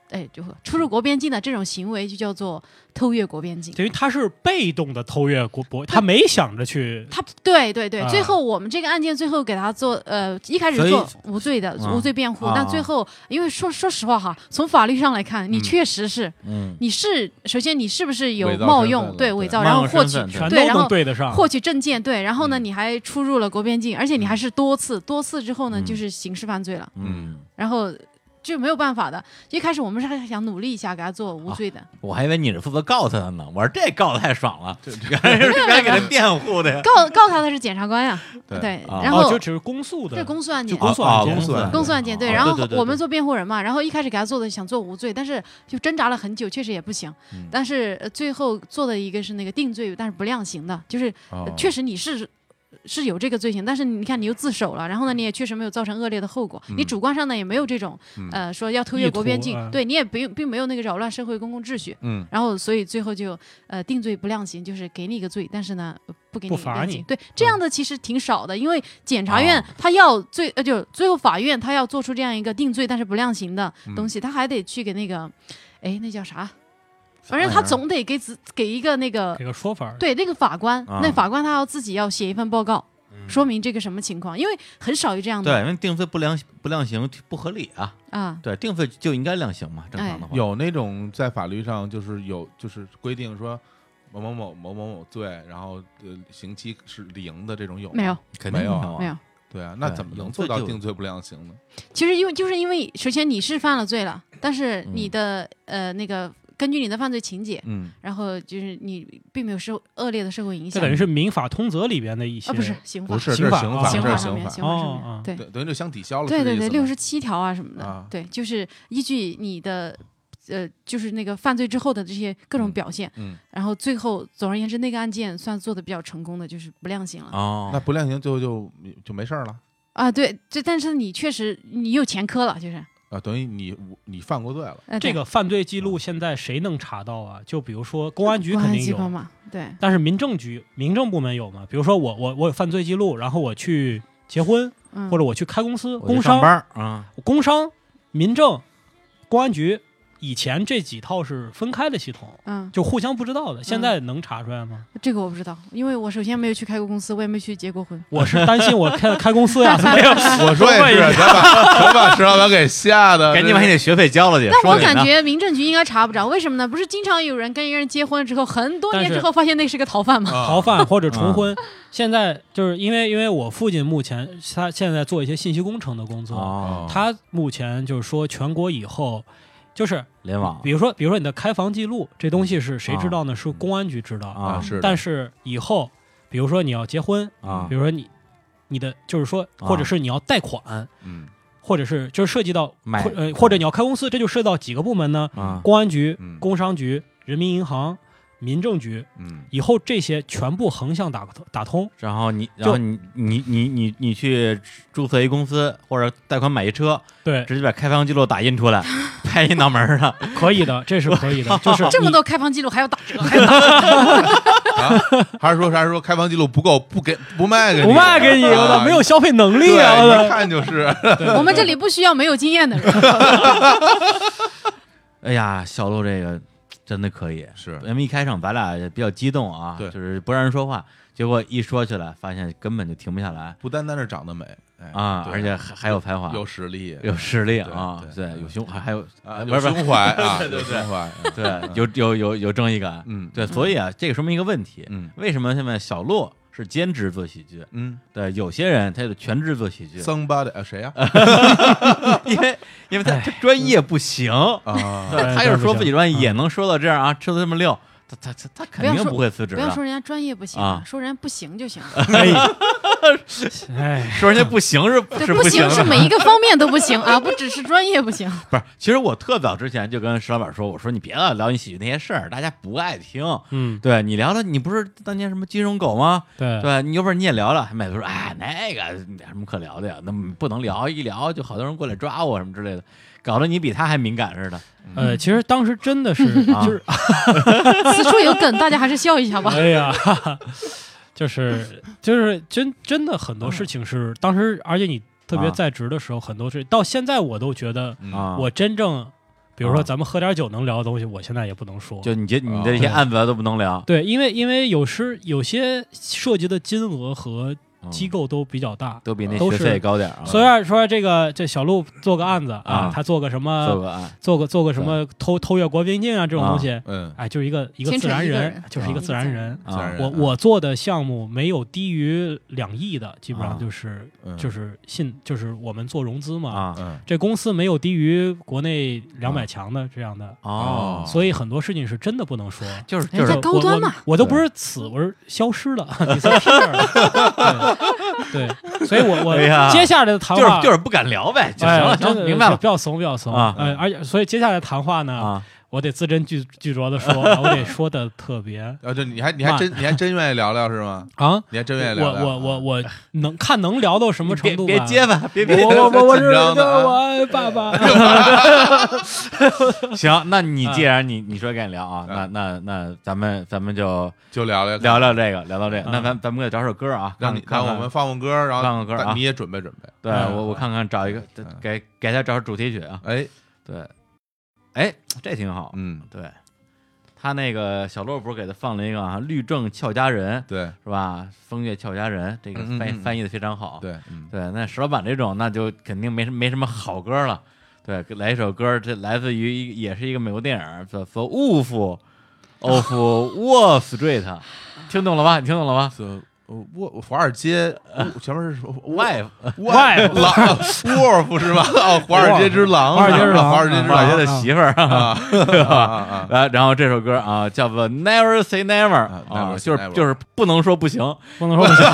哎，就出入国边境的这种行为就叫做偷越国边境， 等于他是被动的偷越国国，他没想着去。 他对对对， 啊、 最后我们这个案件最后给他做呃，一开始做无罪的无罪辩护， 啊、 但最后因为说说实话哈，从法律上来看，你确实是， 嗯， 你是首先你是不是有冒用对伪造，然后获取对， 然后对得上获取证件对，然后呢你还出入了国边境，而且你还是多次多次之后呢就是刑事犯罪了， 嗯， 然后。就没有办法的，一开始我们是还想努力一下给他做无罪的、啊。 我还以为你是负责告他的呢，我说这告的太爽了，原来是该给他辩护的呀。 告告他的是检察官呀，对，对啊、 然后、 哦、就只是公诉的， 这公诉案件， 公诉案件， 公诉案件， 公诉案件，对。 哦、 然后对对对我们做辩护人嘛，然后一开始给他做的想做无罪，但是就挣扎了很久，确实也不行。嗯、但是最后做的一个是那个定罪，但是不量刑的，就是、 哦、 确实你是。是有这个罪行，但是你看你又自首了，然后呢，你也确实没有造成恶劣的后果， 嗯、 你主观上呢也没有这种、嗯、呃说要偷越国边境， 嗯、 对你也并并没有那个扰乱社会公共秩序， 嗯， 然后所以最后就呃定罪不量刑，就是给你一个罪，但是呢不给你罚你， 对这样的其实挺少的，因为检察院他要最呃就最后法院他要做出这样一个定罪但是不量刑的东西，嗯、他还得去给那个哎那叫啥？反正他总得给子给一个那个给个说法， 对那个法官， 啊、 那法官他要自己要写一份报告，嗯、说明这个什么情况，因为很少有这样的。 对，因为定罪不量不量刑不合理啊。 啊， 对，定罪就应该量刑嘛，正常的话。 哎、有那种在法律上就是有就是规定说某某某某某某罪，然后呃刑期是零的这种有吗？ 没有， 肯定没有、 啊， 没有。 对啊，那怎么能做到定罪不量刑呢？ 其实因为就是因为首先你是犯了罪了，但是你的、嗯、呃那个。根据你的犯罪情节， 嗯， 然后就是你并没有受恶劣的社会影响， 这等于是民法通则里边的一些， 啊，不是刑法， 不是刑法， 刑法， 刑法上面，刑法上面，对， 等于就相抵消了， 对对对，六十七条啊什么的， 啊、 对，就是依据你的呃，就是那个犯罪之后的这些各种表现， 嗯， 然后最后总而言之，那个案件算做的比较成功的，就是不量刑了。 哦， 那不量刑最后就就没事了啊？对，这但是你确实你有前科了，就是。 啊，等于你你犯过罪了。 呃、 这个犯罪记录现在谁能查到啊？就比如说公安局肯定有嘛，对。 但是民政局、民政部门有吗？比如说我我我有犯罪记录，然后我去结婚， 嗯、 或者我去开公司、工商啊、嗯， 工商、民政、公安局。以前这几套是分开的系统， 嗯， 就互相不知道的。现在能查出来吗？ 这个我不知道，因为我首先没有去开过公司，我也没去结过婚。 我是担心我开开公司呀，没有。 我说也是，全把全把石老板给吓的， 赶紧把你的学费交了去。 但我感觉民政局应该查不着，为什么呢？不是经常有人跟一个人结婚之后，很多年之后发现那是个逃犯吗？ 逃犯或者重婚。现在就是因为因为我父亲目前他现在做一些信息工程的工作， 哦、 他目前就是说全国以后。就是联网， 比如说，比如说你的开房记录这东西是谁知道呢？啊、是公安局知道啊。 是， 但是以后，比如说你要结婚啊， 比如说你，你的就是说，或者是你要贷款， 嗯、 啊，或者是就是涉及到买呃，或者你要开公司，这就涉及到几个部门呢？ 啊， 公安局、 嗯、 工商局、人民银行。民政局， 嗯， 以后这些全部横向打打通， 然后你，然后你，你，你，你，你去注册一公司或者贷款买一车， 对， 直接把开房记录打印出来，拍一脑门上， 可以的，这是可以的，就是这么多开房记录还要打折，还要打折啊？还是说还是说开房记录不够，不给不卖给你， 不卖给你，我啊、 没有消费能力啊！ 我一看就是， 我们这里不需要没有经验的人。 哎呀，小鹿这个。真的可以， 是因为一开场咱俩也比较激动啊， 对， 就是不让人说话，结果一说起来，发现根本就停不下来。 不单单是长得美，哎、 啊，而且还还有才华， 有实力， 有实力啊， 对， 对，有胸还还有啊，有胸怀啊， 对对对， 胸怀， 对，有有有有正义感， 嗯， 对，所以啊，这个说明一个问题， 嗯， 为什么现在小鹿是兼职做喜剧？ 嗯， 对，有些人他就全职做喜剧。 Somebody 啊，谁呀？ 因为因为他他专业不行啊， 他要是说自己专业也能说到这样啊，吃的这么溜，他他他他肯定不会辞职的。 不要说人家专业不行啊， 说人家不行就行了。 哎， 说人家不行是对，不行是每一个方面都不行啊，不只是专业不行。 不是，其实我特早之前就跟石老板说，我说你别老聊你喜剧那些事儿，大家不爱听。 嗯， 对你聊聊，你不是当年什么金融狗吗？ 对对，你要不然你也聊聊。还每次说，哎，那个有什么可聊的呀？那不能聊，一聊就好多人过来抓我什么之类的，搞得你比他还敏感似的。 呃，其实当时真的是，就是此处有梗，大家还是笑一下吧。 哎呀。就是就是真真的很多事情是当时，而且你特别在职的时候，很多事到现在我都觉得，我真正比如说咱们喝点酒能聊的东西，我现在也不能说。 就你这你的这些案子都不能聊。 对，因为因为有时有些涉及的金额和机构都比较大， 都比那学费高点啊。 虽然说这个这小鹿做个案子啊，他做个什么， 做个案， 做个做个什么偷偷越国边境啊这种东西， 嗯， 哎，就是一个一个自然人，就是一个自然人。我我做的项目没有低于两亿的，基本上就是就是信就是我们做融资嘛，这公司没有低于国内两百强的这样的哦， 所以很多事情是真的不能说， 就是就是高端嘛， 我都不是死，我是消失了，disappear 了。对，所以我我接下来的谈话就是就是不敢聊呗，就行了，行，明白了， 不要怂，不要怂啊！哎，而且所以接下来谈话呢，我得字斟句句酌的说，我得说的特别。 啊，这你还你还真你还真愿意聊聊是吗？ 啊， 你还真愿意聊聊？ 我我我我能看能聊到什么程度？ 别结巴，别别， 我我我我是我爸爸。 行，那你既然你你说跟你聊啊，那那那咱们咱们就就聊聊聊聊这个，聊到这个。那咱咱们给找首歌啊， 让你让我们放放歌，然后放个歌啊， 你也准备准备。 对我我看看找一个给给他找首主题曲啊。 哎， 对。哎，这挺好， 嗯， 对，他那个小洛不是给他放了一个啊，律政俏佳人， 对， 是吧？风月俏佳人，这个翻译、嗯嗯、翻译的非常好， 对，嗯、 对。那石老板这种，那就肯定没什没什么好歌了，对，来一首歌，这来自于一也是一个美国电影，叫做《Wolf of Wall Street》，听懂了吧？你听懂了吧？ 沃华尔街前面是 wife wife 狼 wolf 是吧？哦，华尔街之狼， 华尔街之狼， 华尔街之狼的媳妇儿啊， 然然后这首歌啊叫做 Never Say Never 啊，就是就是不能说不行， 不能说不行，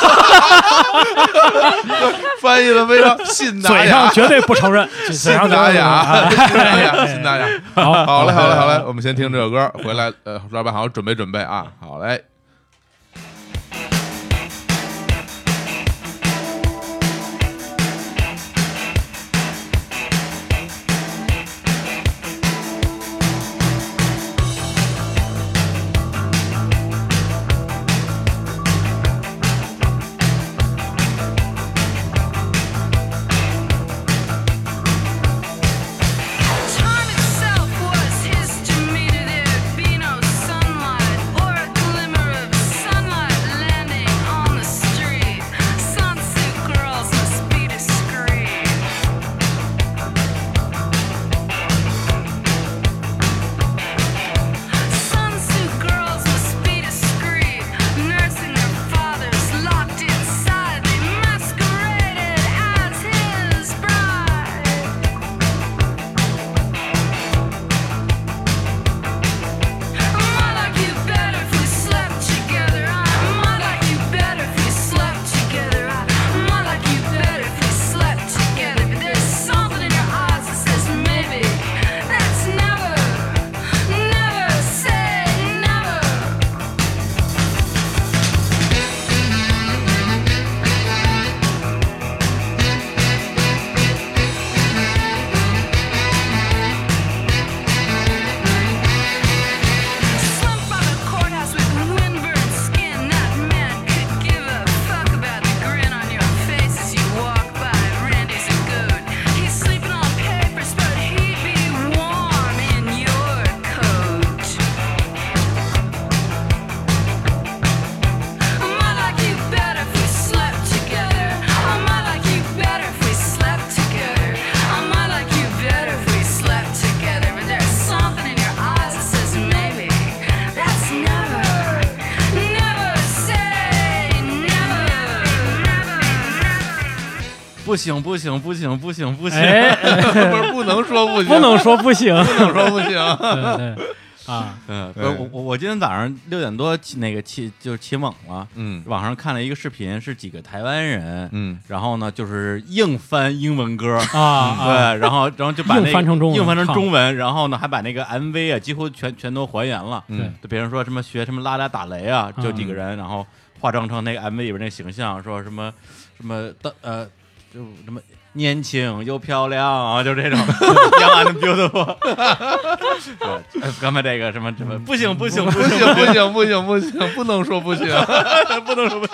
翻译的非常信达雅， 嘴上绝对不承认， 信达雅，信达雅，信达雅。好，好嘞，好嘞，好嘞，我们先听这首歌，回来呃，老板好好准备准备啊，好嘞。 不行不行不行不行不行， 不是不能说不行， 不能说不行， 不能说不行。 对对啊， 嗯，不是我我我今天早上六点多那个起就是起猛了， 嗯， 网上看了一个视频，是几个台湾人， 嗯， 然后呢就是硬翻英文歌啊， 对，然后然后就把那个硬翻成中文， 硬翻成中文，然后呢还把那个 M V 啊几乎全全都还原了， 嗯， 就比如说什么学什么拉拉打雷啊，就几个人，然后化妆成那个 M V 里边那形象，说什么什么的呃。就什么年轻又漂亮啊，就这种 young and beautiful。对，刚才这个什么什么不行不行不行不行不行不行，不能说不行， 不能说不行。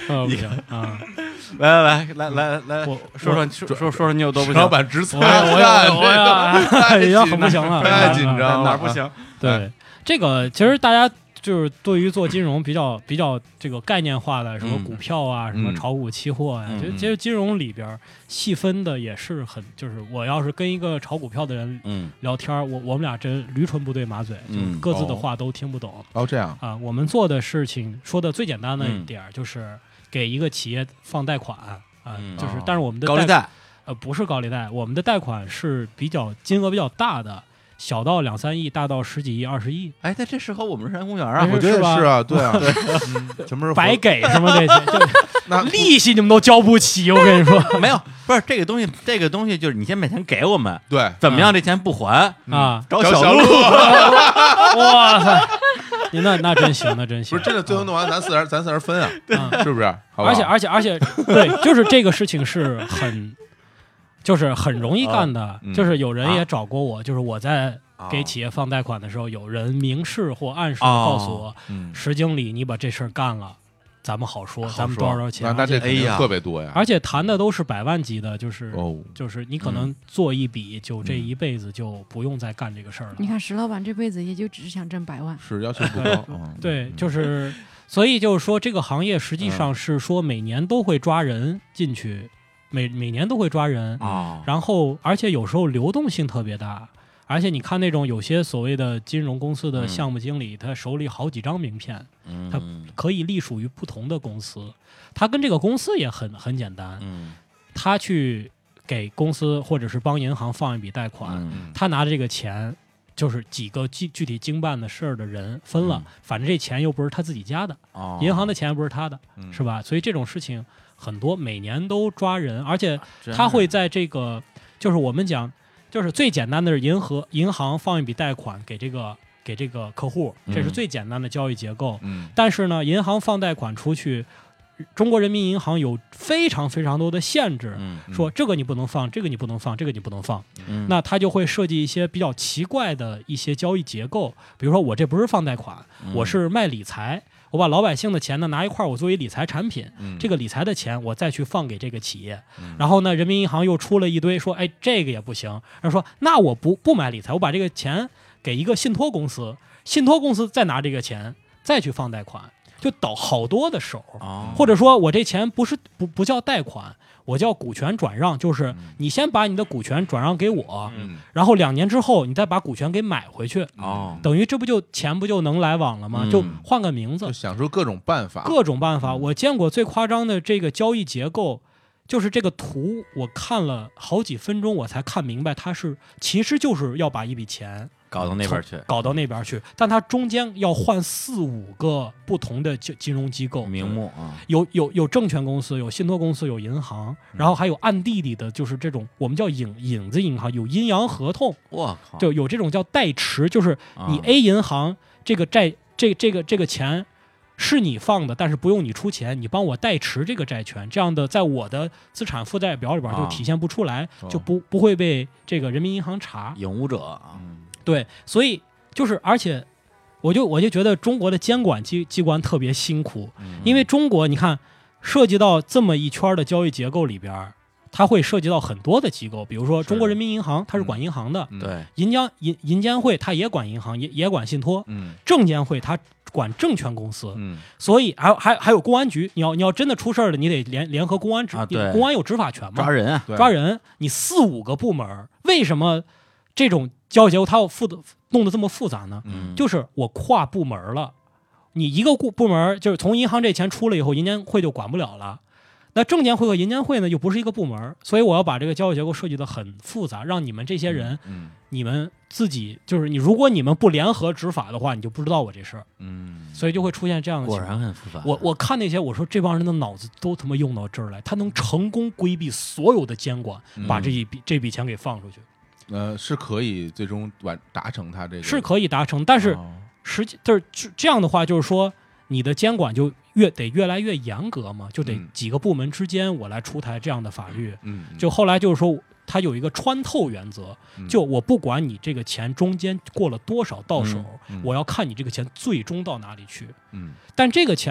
呃，不行啊！ 来来来来来来，我说说说说说你有多不行？ 老板直猜， 我呀我呀，已经很不行了， 太紧张了， 哪儿不行？ 对，这个其实大家。就是对于做金融比较比较这个概念化的，什么股票啊， 嗯、 什么炒股期货呀、啊，其实、嗯、其实金融里边细分的也是很，就是我要是跟一个炒股票的人聊天，嗯、我我们俩真驴唇不对马嘴， 嗯、 就各自的话都听不懂。 哦，这样啊，我们做的事情说的最简单的一点就是给一个企业放贷款啊， 嗯、 就是、哦、但是我们的高利贷呃不是高利贷，我们的贷款是比较金额比较大的。小到两三亿，大到十几亿、二十亿。 哎，这适合我们日坛公园啊！ 我觉得是啊，对啊，什么时候白给什么这些？那利息你们都交不起，我跟你说， 没有，不是这个东西，这个东西就是你先把钱给我们， 对， 怎么样？这钱不还啊？ 找小鹿， 哇塞！你那那真行，那真行。 不是真的，最后弄完咱四人，咱四人分啊，是不是？ 而且而且而且，对，就是这个事情是很。就是很容易干的， 哦嗯、 就是有人也找过我，啊、就是我在给企业放贷款的时候，有人明示或暗示告诉我， 哦嗯、 石经理，你把这事儿干了，咱们好说， 好说咱们多少多少钱？ 那那这肯定特别多呀， 而且谈的都是百万级的，就是、 哦、 就是你可能做一笔，就这一辈子就不用再干这个事儿了。 你看石老板这辈子也就只是想挣百万， 是要求不高，嗯、 对，就是所以就是说，这个行业实际上是说每年都会抓人进去。每每年都会抓人啊，哦、 然后而且有时候流动性特别大，而且你看那种有些所谓的金融公司的项目经理，嗯、他手里好几张名片， 嗯、 他可以隶属于不同的公司，他跟这个公司也很很简单， 嗯、 他去给公司或者是帮银行放一笔贷款， 嗯、 他拿着这个钱，就是几个具具体经办的事儿的人分了， 嗯、 反正这钱又不是他自己家的， 哦、 银行的钱又不是他的， 嗯、 是吧？所以这种事情。很多每年都抓人，而且他会在这个，就是我们讲，就是最简单的是银行银行放一笔贷款给这个给这个客户，这是最简单的交易结构。 嗯， 但是呢，银行放贷款出去，中国人民银行有非常非常多的限制， 嗯、 说这个你不能放，这个你不能放，这个你不能放。 嗯、 那他就会设计一些比较奇怪的一些交易结构，比如说我这不是放贷款， 嗯、 我是卖理财。我把老百姓的钱呢拿一块，我作为理财产品， 嗯、 这个理财的钱我再去放给这个企业， 嗯、 然后呢，人民银行又出了一堆说，哎，这个也不行，然后说那我不不买理财，我把这个钱给一个信托公司，信托公司再拿这个钱再去放贷款，就倒好多的手， 哦、 或者说我这钱不是不不叫贷款。我叫股权转让，就是你先把你的股权转让给我， 嗯、 然后两年之后你再把股权给买回去， 哦、 等于这不就钱不就能来往了吗？ 嗯、 就换个名字， 就想出各种办法， 各种办法。我见过最夸张的这个交易结构，就是这个图，我看了好几分钟，我才看明白，它是其实就是要把一笔钱。 搞到那边去， 搞到那边去，但它中间要换四五个不同的金融机构， 名目啊， 有有有证券公司，有信托公司，有银行，然后还有暗地里的，就是这种我们叫影影子银行，有阴阳合同， 我靠， 就有这种叫代持，就是你 A 银行这个债，这这个这个钱是你放的，但是不用你出钱，你帮我代持这个债权，这样的在我的资产负债表里边就体现不出来， 啊、 就不不会被这个人民银行查。 影武者啊。 对，所以就是，而且，我就我就觉得中国的监管机机关特别辛苦， 嗯、 因为中国你看涉及到这么一圈的交易结构里边，它会涉及到很多的机构，比如说中国人民银行，它是管银行的， 嗯、 对， 银监银银监会它也管银行，也也管信托， 嗯， 证监会它管证券公司， 嗯， 所以还有还还有公安局，你要你要真的出事儿了，你得联联合公安局， 啊、对， 公安有执法权嘛， 抓人啊， 抓人，你四五个部门，为什么这种交易结构它要复的弄得这么复杂呢？ 嗯， 就是我跨部门了，你一个部门就是从银行这钱出了以后，银监会就管不了了。那证监会和银监会呢又不是一个部门，所以我要把这个交易结构设计得很复杂，让你们这些人， 嗯， 你们自己就是你，如果你们不联合执法的话，你就不知道我这事儿， 嗯， 所以就会出现这样的情况。果然很复杂。 我我看那些，我说这帮人的脑子都他妈用到这儿来，他能成功规避所有的监管， 嗯、 把这一笔这笔钱给放出去。 呃，是可以最终完达成他这个是可以达成，但是实际就是这样的话，就是说你的监管就越得越来越严格嘛，就得几个部门之间我来出台这样的法律。 嗯， 就后来就是说，它有一个穿透原则，就我不管你这个钱中间过了多少到手， 嗯嗯、 我要看你这个钱最终到哪里去。 嗯， 但这个钱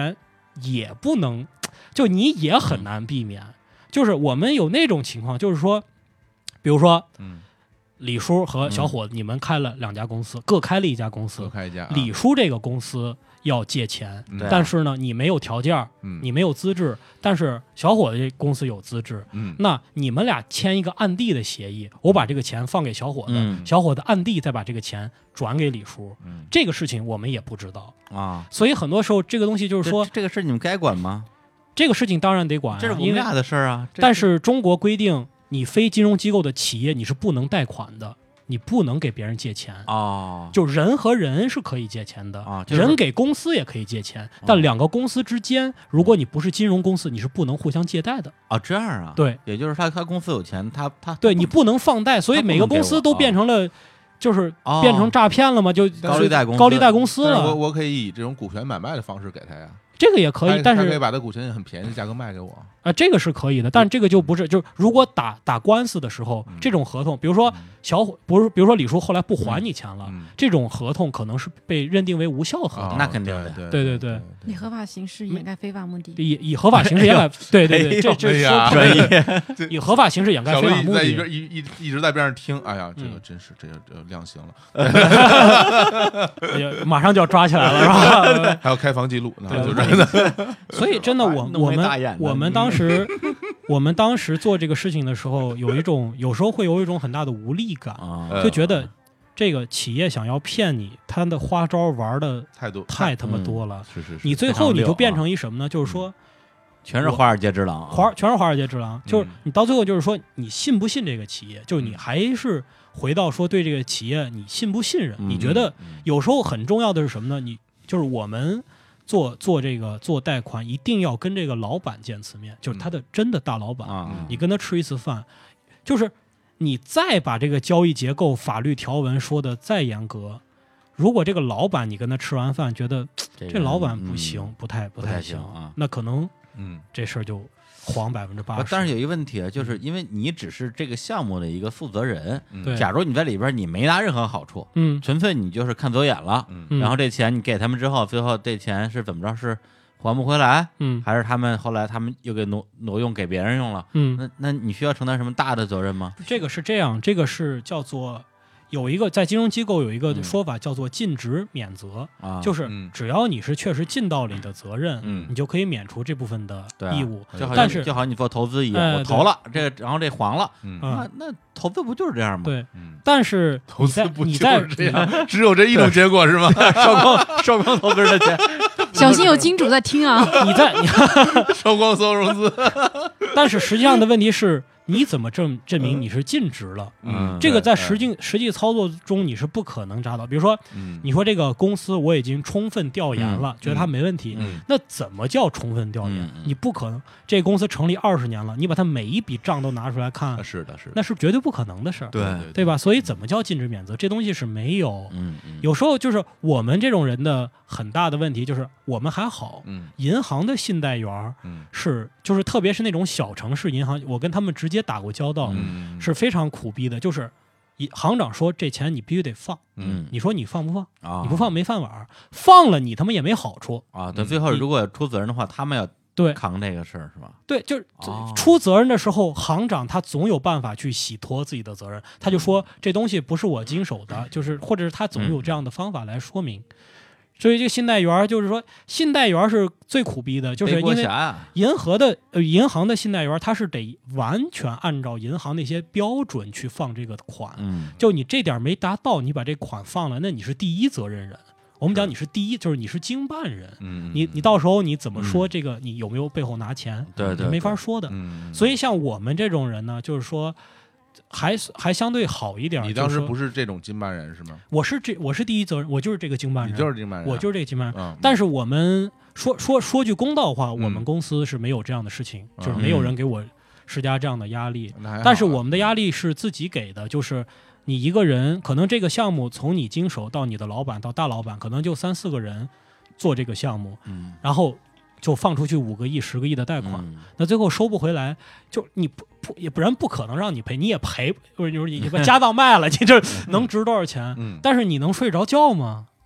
也不能，就你也很难避免。就是我们有那种情况，就是说，比如说， 嗯， 李叔和小伙子，你们开了两家公司，各开了一家公司， 各开一家。 李叔这个公司要借钱， 嗯、 但是呢，你没有条件， 嗯、 你没有资质，但是小伙子这公司有资质， 嗯， 那你们俩签一个暗地的协议，我把这个钱放给小伙子， 嗯、 小伙子暗地再把这个钱转给李叔， 嗯、 这个事情我们也不知道啊， 所以很多时候这个东西就是说， 这, 这个事你们该管吗？ 这个事情当然得管、啊， 这是我们俩的事儿啊。 但是中国规定，你非金融机构的企业你是不能贷款的。你不能给别人借钱哦， 就人和人是可以借钱的啊，就是、 人给公司也可以借钱，哦、但两个公司之间，如果你不是金融公司，你是不能互相借贷的啊。这样啊？ 对， 也就是他他公司有钱，他他对你不能放贷，所以每个公司都变成了，就是变成诈骗了嘛，就高利贷公司高利贷公司了。 我我可以以这种股权买卖的方式给他呀。 这个也可以，但是他可以把他股权很便宜的价格卖给我啊，这个是可以的，但这个就不是，就是如果打打官司的时候， 嗯、 这种合同，比如说小伙，不是，比如说李叔后来不还你钱了， 嗯、 这种合同可能是被认定为无效合同， 哦、 那肯定的， 对对对对， 以合法形式掩盖非法目的， 以以合法形式掩盖，对对对，这这说专业， 以合法形式掩盖非法目的。 在一边一一一直在边上听，哎呀，这个真是这个这个量刑了， 马上就要抓起来了，是吧？ 还要开房记录，那就真的。 所以真的我，我我们我们当时我们当时做这个事情的时候，有一种有时候会有一种很大的无力感， 啊、 就觉得这个企业想要骗你，他的花招玩的太多太他妈多了。 嗯、是是是， 你最后你就变成一什么呢？就是说， 全是华尔街之狼， 华全是华尔街之狼。就是你到最后就是说，你信不信这个企业？就是你还是回到说对这个企业你信不信任？ 嗯、 你觉得有时候很重要的是什么呢？你就是我们。做做这个做贷款一定要跟这个老板见次面，就是他的真的大老板， 嗯、 你跟他吃一次饭，就是你再把这个交易结构、法律条文说的再严格，如果这个老板你跟他吃完饭觉得这, 这老板不行， 嗯、 不太不太行啊， 那可能嗯这事儿就黄百分之八十。 但是有一个问题啊，就是因为你只是这个项目的一个负责人， 对， 假如你在里边你没拿任何好处， 嗯， 纯粹你就是看走眼了， 嗯， 然后这钱你给他们之后，最后这钱是怎么着是还不回来， 嗯， 还是他们后来他们又给挪挪用给别人用了， 嗯， 那那你需要承担什么大的责任吗？ 这个是这样，这个是叫做。有一个在金融机构有一个说法叫做尽职免责， 啊， 就是只要你是确实尽到了你的责任， 嗯， 你就可以免除这部分的义务。 就好但是就好像你做投资一样，我投了这个，然后这黄了， 嗯， 那那投资不就是这样吗？ 对，但是投资不你在这样，只有这一种结果是吗？ 烧光烧光投资人的钱， 小心有金主在听啊！ 你在你烧光所有融资， 但是实际上的问题是。你怎么证证明你是尽职了？ 嗯， 这个在实际实际操作中你是不可能查到。比如说， 嗯， 你说这个公司我已经充分调研了， 嗯、 觉得它没问题， 嗯， 那怎么叫充分调研？ 嗯、 你不可能，这个公司成立二十年了，你把它每一笔账都拿出来看， 是的，是的， 那是绝对不可能的事儿， 对对吧？所以怎么叫尽职免责？这东西是没有， 嗯， 有时候就是我们这种人的很大的问题就是我们还好， 嗯， 银行的信贷员是就是特别是那种小城市银行，我跟他们直接打过交道。 嗯， 是非常苦逼的，就是行长说这钱你必须得放， 嗯， 你说你放不放？ 啊， 你不放没饭碗，放了你他妈也没好处啊。对，最后如果出责任的话，他们要对扛这个事儿是吧？ 对，就是哦出责任的时候，行长他总有办法去洗脱自己的责任，他就说这东西不是我经手的，就是或者是他总有这样的方法来说明。所以这个信贷员就是说，信贷员是最苦逼的，就是因为银行的呃银行的信贷员，他是得完全按照银行那些标准去放这个款。 嗯， 就你这点没达到，你把这款放了，那你是第一责任人。我们讲你是第一，就是你是经办人。 嗯， 你你到时候你怎么说这个？你有没有背后拿钱？ 对对， 没法说的。 嗯， 所以像我们这种人呢，就是说。还还相对好一点。 你当时不是这种经办人是吗？ 我是这，我是第一责任，我就是这个经办人， 你就是经办人， 我就是这个经办人。 嗯、 但是我们说说说句公道话， 嗯、 我们公司是没有这样的事情，嗯、就是没有人给我施加这样的压力。 嗯、 但是我们的压力是自己给的，就是你一个人，可能这个项目从你经手到你的老板到大老板，可能就三四个人做这个项目， 嗯， 然后。就放出去五个亿、十个亿的贷款， 嗯、 那最后收不回来，就你不不也不然不可能让你赔，你也赔，就是你把家当卖了，你这能值多少钱？ 嗯， 但是你能睡着觉吗？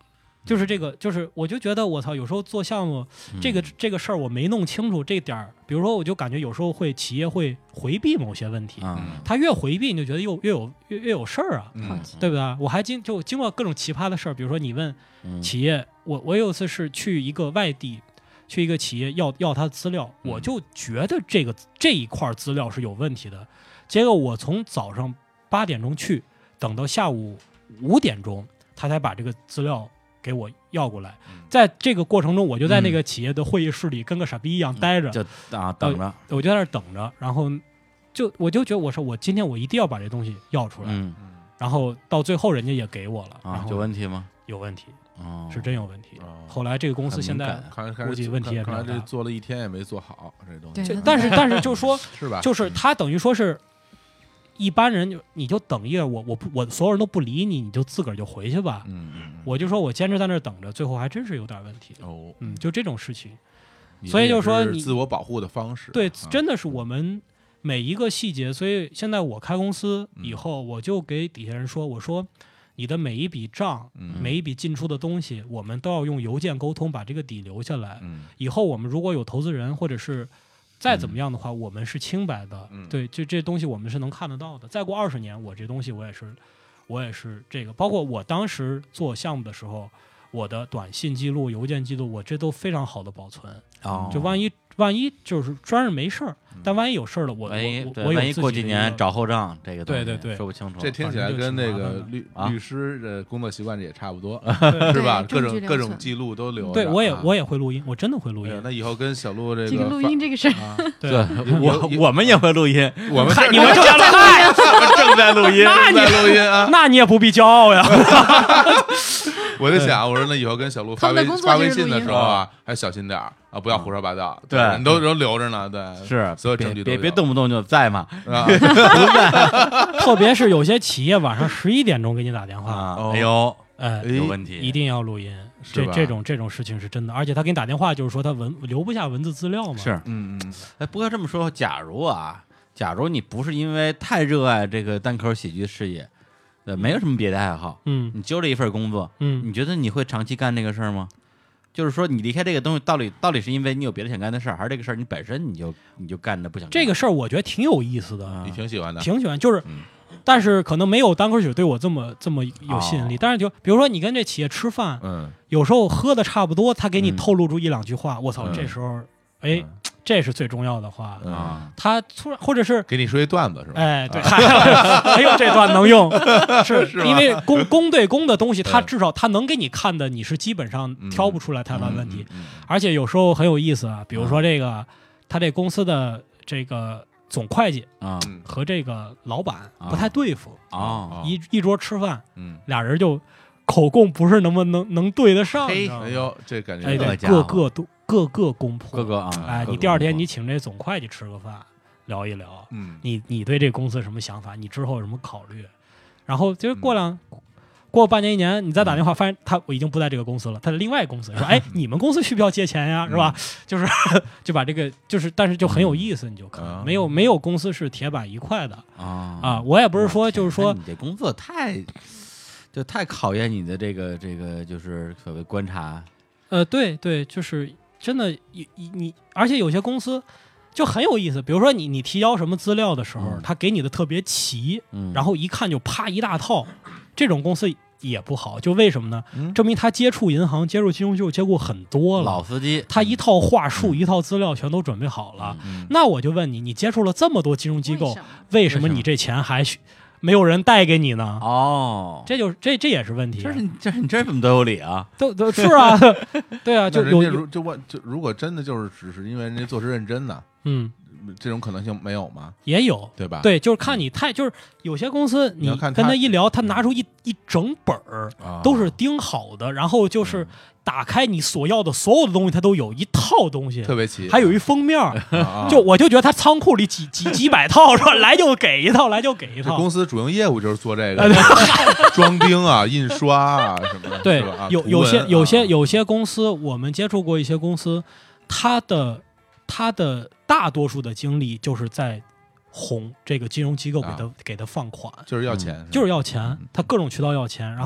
就是这个，就是我就觉得我操，有时候做项目，这个这个事儿我没弄清楚这点儿，比如说我就感觉有时候会企业会回避某些问题，他越回避你就觉得又越有越越有事儿啊，对不对？我还经就经过各种奇葩的事儿，比如说你问企业，我我有一次是去一个外地。去一个企业要要他的资料，我就觉得这个这一块资料是有问题的。结果我从早上八点钟去，等到下午五点钟，他才把这个资料给我要过来。在这个过程中，我就在那个企业的会议室里跟个傻逼一样待着， 就啊等着， 我就在那儿等着。然后就我就觉得我说我今天我一定要把这东西要出来。 嗯， 然后到最后人家也给我了。 啊，有问题吗？ 有问题。 哦， 是真有问题。后来这个公司现在估计问题也比较大， 看来这做了一天也没做好这东西。 但是但是就说是吧？ 就是他等于说是一般人就你就等一个我我不我所有人都不理你，你就自个儿就回去吧。 嗯嗯。 我就说我坚持在那儿等着，最后还真是有点问题。 哦， 嗯，就这种事情。所以就是说你自我保护的方式。 对，真的是我们每一个细节。所以现在我开公司以后，我就给底下人说，我说。你的每一笔账、 嗯、 每一笔进出的东西，我们都要用邮件沟通，把这个底留下来。 嗯、 以后我们如果有投资人或者是再怎么样的话，嗯、我们是清白的。 嗯、 对，这这东西我们是能看得到的。再过二十年，我这东西我也是，我也是这个。包括我当时做项目的时候，我的短信记录、邮件记录，我这都非常好的保存。 哦， 就万一万一就是专是没事儿。但万一有事儿了，我万一我我万一过几年找后账，这个对对对说不清楚。 这听起来跟那个律啊、 律师的工作习惯也差不多，是吧？各种各种记录都留着。 对，我也啊我也会录音，我真的会录音。 那以后跟小鹿这个这个录音这个事儿， 啊、 对， 我我们也会录音， 我们你们正在录音， 我们正在录音， 那你在录音啊， 那你也不必骄傲呀。 我就想，我说那以后跟小鹿发微发微信的时候啊，还小心点儿啊，不要胡说八道。 对， 人都都留着呢，对， 是所有证据都别别动不动就在嘛， 啊， 特别是有些企业晚上十一点钟给你打电话， 啊、哎呦， 哎， 有问题， 一定要录音。这这种这种事情是真的，而且他给你打电话，就是说他文留不下文字资料嘛。 是， 嗯嗯。 哎，不过这么说，假如啊，假如你不是因为太热爱这个单口喜剧事业。对，没有什么别的爱好， 嗯， 你揪着一份工作， 嗯， 你觉得你会长期干这个事儿吗？就是说，你离开这个东西，到底到底是因为你有别的想干的事儿，还是这个事儿你本身你就你就干的不想干？ 这个事儿我觉得挺有意思的， 你挺喜欢的， 挺喜欢，就是， 嗯、 但是可能没有单口喜剧对我这么这么有吸引力。 哦、 但是就比如说你跟这企业吃饭， 嗯， 有时候喝的差不多，他给你透露出一两句话，我、嗯、操，这时候，哎。 嗯这是最重要的话啊！ 他突然，或者是给你说一段子是吧？ 哎，对，哎呦，这段能用，是因为公公对公的东西，他至少他能给你看的，你是基本上挑不出来太大问题。而且有时候很有意思啊，比如说这个他这公司的这个总会计啊和这个老板不太对付啊， 一一桌吃饭， 嗯， 俩人就口供不是那么能能对得上。 哎呦，这感觉哎，对，各个都。各个攻破， 各个啊！ 哎，你第二天你请这总会计吃个饭，聊一聊， 嗯， 你你对这公司什么想法？你之后有什么考虑？然后就是过两、嗯、过半年一年，你再打电话发现他我已经不在这个公司了，他是另外公司，说哎，你们公司需不需要借钱呀？是吧？就是就把这个就是，但是就很有意思，你就看、 嗯、 没有没有公司是铁板一块的啊啊！我也不是说就是说你这工作太就太考验你的这个这个就是所谓观察， 呃，对对，就是。真的，你你，而且有些公司就很有意思，比如说你你提交什么资料的时候， 嗯、 他给你的特别齐， 嗯、 然后一看就啪一大套，这种公司也不好，就为什么呢？ 嗯、 证明他接触银行、接触金融就接触很多了， 老司机， 他一套话术、嗯、一套资料全都准备好了。 嗯、 那我就问你，你接触了这么多金融机构， 为什么, 为什么你这钱还没有人贷给你呢？ 哦， 这就这这也是问题、啊。 这是这是你这怎么都有理啊？ 都都是啊，对啊，就有如就问就如果真的就是只是因为人家做事认真呢， 嗯， 这种可能性没有吗？ 也有， 对吧？ 对，就是看你太就是有些公司你跟他一聊，他拿出一一整本儿，都是盯好的，然后就是。嗯打开你所要的所有的东西，它都有一套东西， 特别齐， 还有一封面儿。就我就觉得他仓库里几几几百套，说来就给一套，来就给一套。 公司主营业务就是做这个，装订啊、印刷啊什么的。 对，有有些有些有些公司，我们接触过一些公司，它的它的大多数的精力就是在哄这个金融机构给他给他放款， 就是要钱， 就是要钱，他各种渠道要钱，然后。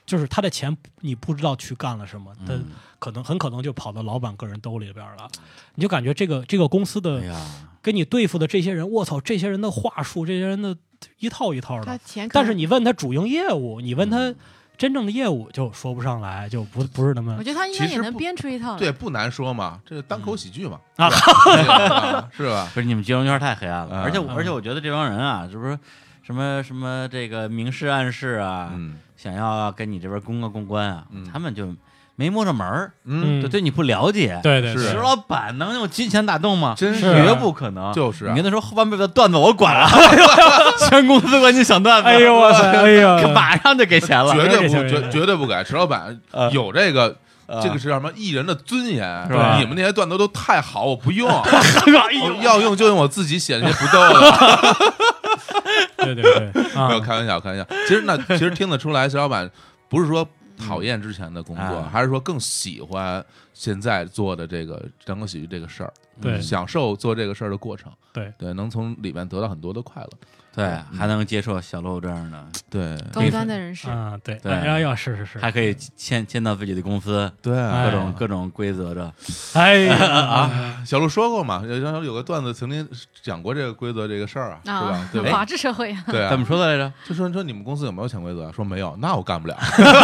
就是他的钱你不知道去干了什么，他嗯可能很可能就跑到老板个人兜里边了，你就感觉这个这个公司的跟你对付的这些人，我操，这些人的话术，这些人的一套一套的，但是你问他主营业务，你问他真正的业务就说不上来，就不不是那么。 我觉得他应该也能编出一套。 对，不难说嘛，这单口喜剧嘛， 啊， 是吧？ 不是你们金融圈太黑暗了，而且而且我觉得这帮人啊，是不是什么什么这个明示暗示啊，想要跟你这边公个公关啊，他们就没摸着门儿， 嗯， 就对你不了解。 对对， 石老板能用金钱打动吗？ 真是绝不可能。 就是你跟他说后半辈子段子我管了，全公司管你想段子。 哎呦我操，哎呦， 马上就给钱了， 绝对不绝绝对不改。石老板有这个。这个是什么艺人的尊严？ 是吧？ 你们那些段子都太好，我不用，要用就用我自己写那些不逗的。 对对对， 没有开玩笑，开玩笑。其实那其实听得出来，石老板不是说讨厌之前的工作，还是说更喜欢现在做的这个单口喜剧这个事儿， 对， 享受做这个事儿的过程， 对对，能从里面得到很多的快乐。 对，还能接受小鹿这样的对高端的人士啊，对对， 要要是是是， 还可以签签到自己的公司， 对， 各种各种规则的。 哎啊，小鹿说过嘛，有有个段子曾经讲过这个规则这个事儿啊，是吧？对吧？ 法治社会， 对啊， 怎么说的来着？ 就说说你们公司有没有潜规则？说没有，那我干不了。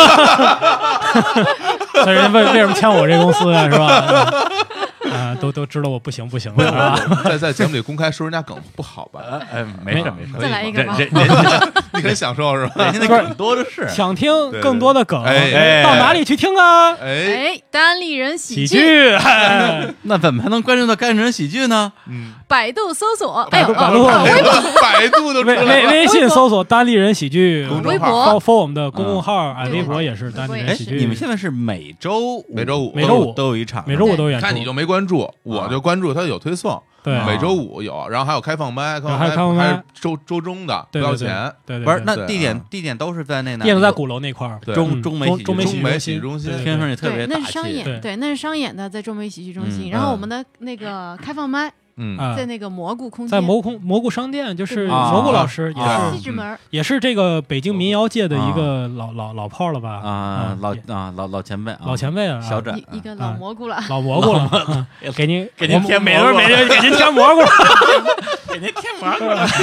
所以人为为什么签我这公司啊？是吧？啊，都都知道我不行不行了，是吧？ 在在节目里公开说人家梗不好吧？ 哎，没事没事， 再来一个吧。 你很享受是吧？ 现在梗多的是， 想听更多的梗， 哎， 到哪里去听啊？ 哎， 单立人喜剧， 那怎么还能关注到单立人喜剧呢？ 嗯， 百度搜索， 百度百度微博，百度都微微微信搜索单立人喜剧， 微博 follow 我们的公众号，啊，微博也是单立人喜剧。 你们现在是每周每周五每周五都有一场， 每周五都有演出。 看你就没关注，我就关注，它有推送。 对， 每周五有，然后还有开放麦， 还有开放麦， 还是周周中的，不要钱。 对对， 不是那地点地点都是在那哪？ 地点在鼓楼那块儿， 中中美中美中美喜剧中心。 听说你特别那是商演，对，那是商演的，在中美喜剧中心。然后我们的那个开放麦。 嗯， 在那个蘑菇空间， 在蘑菇蘑菇商店，就是蘑菇老师也是西直门， 也是这个北京民谣界的一个老老老炮了吧？ 啊，老啊老老前辈， 老前辈啊， 小展一个老蘑菇了， 老蘑菇了，给您给您添每人每人给您添蘑菇了， 给您添蘑菇了，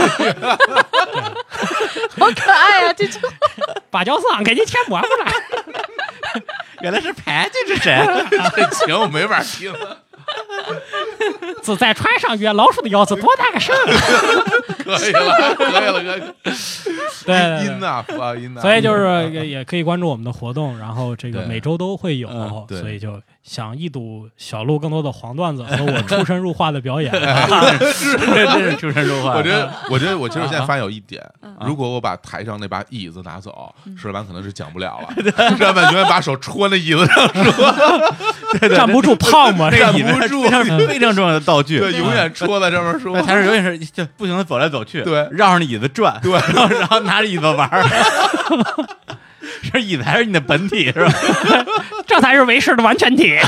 好可爱啊！这句芭蕉桑给您添蘑菇了， 原来是盘这是谁？ 这情我没法听。 自在船上约老鼠的腰子多大个事儿？ 可以了，可以了，可以了。 对， 音呐，发音呐。 所以就是也可以关注我们的活动，然后这个每周都会有，所以就想一睹小鹿更多的黄段子和我出神入化的表演。 是，真是出神入化。 我觉得，我觉得，我其实现在发现有一点，如果我把台上那把椅子拿走，石老板可能是讲不了了。石老板永远把手戳那椅子上说， 站不住胖嘛， 站不住，非常重要的道具， 对，永远戳在这边说。 台上永远是就不停的走来走去， 对， 绕着那椅子转， 对， 然后然后拿着椅子玩儿。这椅子还是你的本体是吧？ 这才是为师的完全体。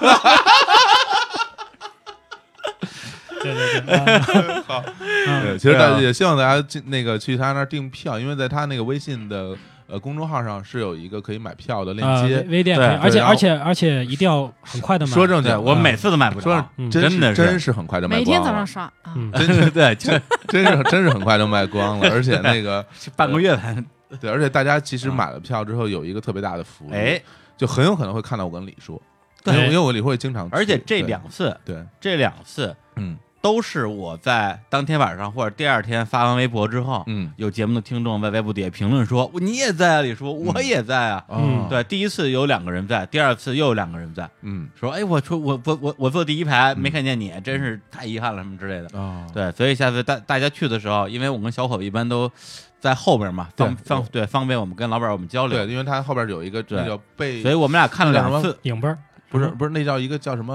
对对对， 好。对，其实大也希望大家进那个去他那儿订票，因为在他那个微信的呃公众号上是有一个可以买票的链接， 微店，而且而且而且一定要很快的买。 说正经， 我每次都买不着， 真的真是很快就卖光了。 每天早上刷， 真是对，真真是真是很快就卖光了，而且那个半个月才。 对，而且大家其实买了票之后有一个特别大的福利， 哎， 就很有可能会看到我跟李叔， 对， 因为我李叔会经常， 而且这两次， 对， 这两次， 嗯， 都是我在当天晚上或者第二天发完微博之后， 嗯， 有节目的听众在微博底下评论说你也在啊，李叔，我也在啊， 嗯， 对，第一次有两个人在，第二次又有两个人在， 嗯， 说哎，我说我我我我坐第一排没看见你，真是太遗憾了什么之类的， 哦， 对，所以下次大大家去的时候，因为我跟小伙一般都。在后边嘛，方方对方便我们跟老板我们交流。 对，因为他后边有一个那叫背， 所以我们俩看了两次影背， 不是不是那叫一个叫什么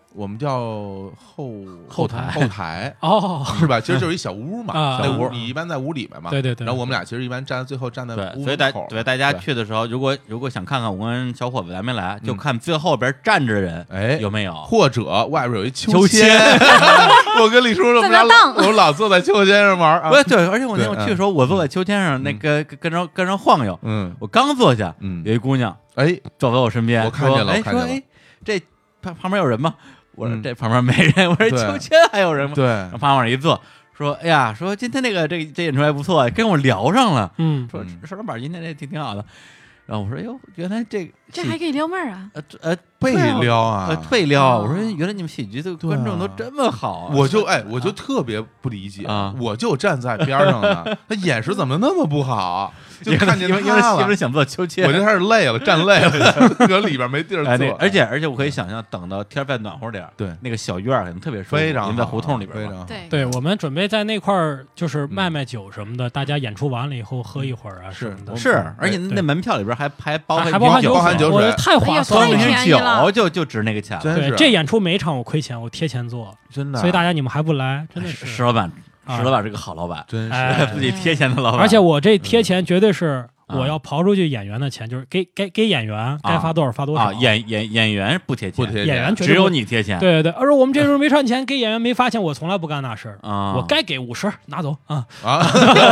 我们叫后后台后台哦， 是吧？其实就是一小屋嘛， 啊小屋你一般在屋里面嘛， 对对对。 然后我们俩其实一般站在最后站在对， 屋所以大口， 对大家去的时候，如果如果想看看我跟小伙子来没来，就看最后边站着的人， 哎， 有没有， 或者外边有一秋千。我跟李叔我们俩我们老坐在秋千上玩啊。 对对，而且我那天我去的时候，我坐在秋千上，那个跟着跟着晃悠， 嗯， 我刚坐下， 嗯， 有一姑娘， 哎， 走到我身边， 我看见了， 哎，说哎，这旁旁边有人吗？我说这旁边没人，我说秋千还有人吗？ 对， 然后旁边往一坐，说哎呀，说今天那个这这演出还不错，跟我聊上了， 嗯， 说说老板今天这挺挺好的。然后我说：“哟，原来这这还可以撩妹儿啊？ 呃呃， 被撩啊， 呃，被撩。我说原来你们喜剧的观众都这么好， 我就哎，我就特别不理解啊， 我就站在边上呢，他眼神怎么那么不好？就看见他了，因为想坐秋千， 我就开始累了，站累了，搁里边没地儿坐。 而且而且我可以想象，等到天再暖和点， 对， 那个小院儿可能特别舒服， 非常因为在胡同里边嘛。 对， 对，我们准备在那块儿就是卖卖酒什么的，大家演出完了以后喝一会儿啊什么的。 是，而且那门票里边还还包还包含酒，包含酒水， 太划算了， 酒就就值那个钱了。 对，这演出每一场我亏钱，我贴钱做， 真的。 所以大家你们还不来，真的是石老板，石老板是个好老板， 真是自己贴钱的老板。 而且我这贴钱绝对是。我要刨出去演员的钱，就是给给给演员该发多少发多少。 啊，演演演员不贴钱， 不贴钱， 演员只有你贴钱。 对对对，而且我们这时候没赚钱，给演员没发钱，我从来不干那事儿啊。 我该给五十拿走啊啊，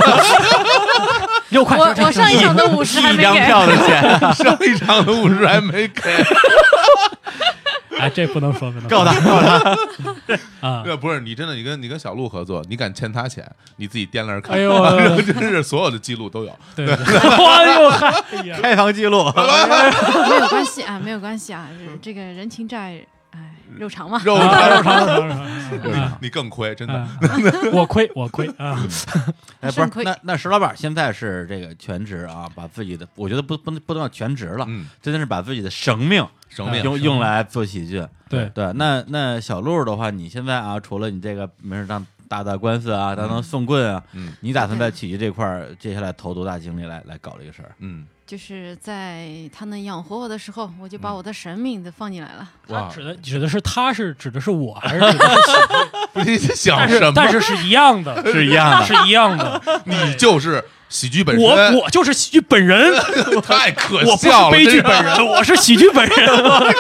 六块。 我我上一场的五十还没给， 一张票的钱， 上一场的五十还没给。 哎，这不能说，不能告他，告他啊！ 对，不是你真的，你跟你跟小鹿合作，你敢欠他钱，你自己掂量着看。 哎呦， 真是所有的记录都有。 对，哎呦，嗨， 开房记录没有关系啊，没有关系啊，这个人情债，哎，肉偿嘛， 肉偿， 肉偿，肉偿，肉偿。 你更亏，真的， 我亏，我亏啊！ 哎，不是，那那石老板现在是这个全职啊，把自己的，我觉得不不能不能叫全职了， 嗯， 真的是把自己的生命。 生命用用来做喜剧， 对对，那那小鹿的话，你现在啊，除了你这个没事当打打官司啊，当当送棍啊， 嗯， 你打算在喜剧这块儿接下来投多大精力来来搞这个事儿？ 嗯， 就是在他能养活我的时候，我就把我的生命都放进来了。 他指的指的是他是指的是我还是指的是喜剧？ 不是你想什么？ 但是是一样的， 是一样的， 是一样的。 你就是喜剧本身， 我我就是喜剧本人， 太可笑了。我不是悲剧本人，我是喜剧本人。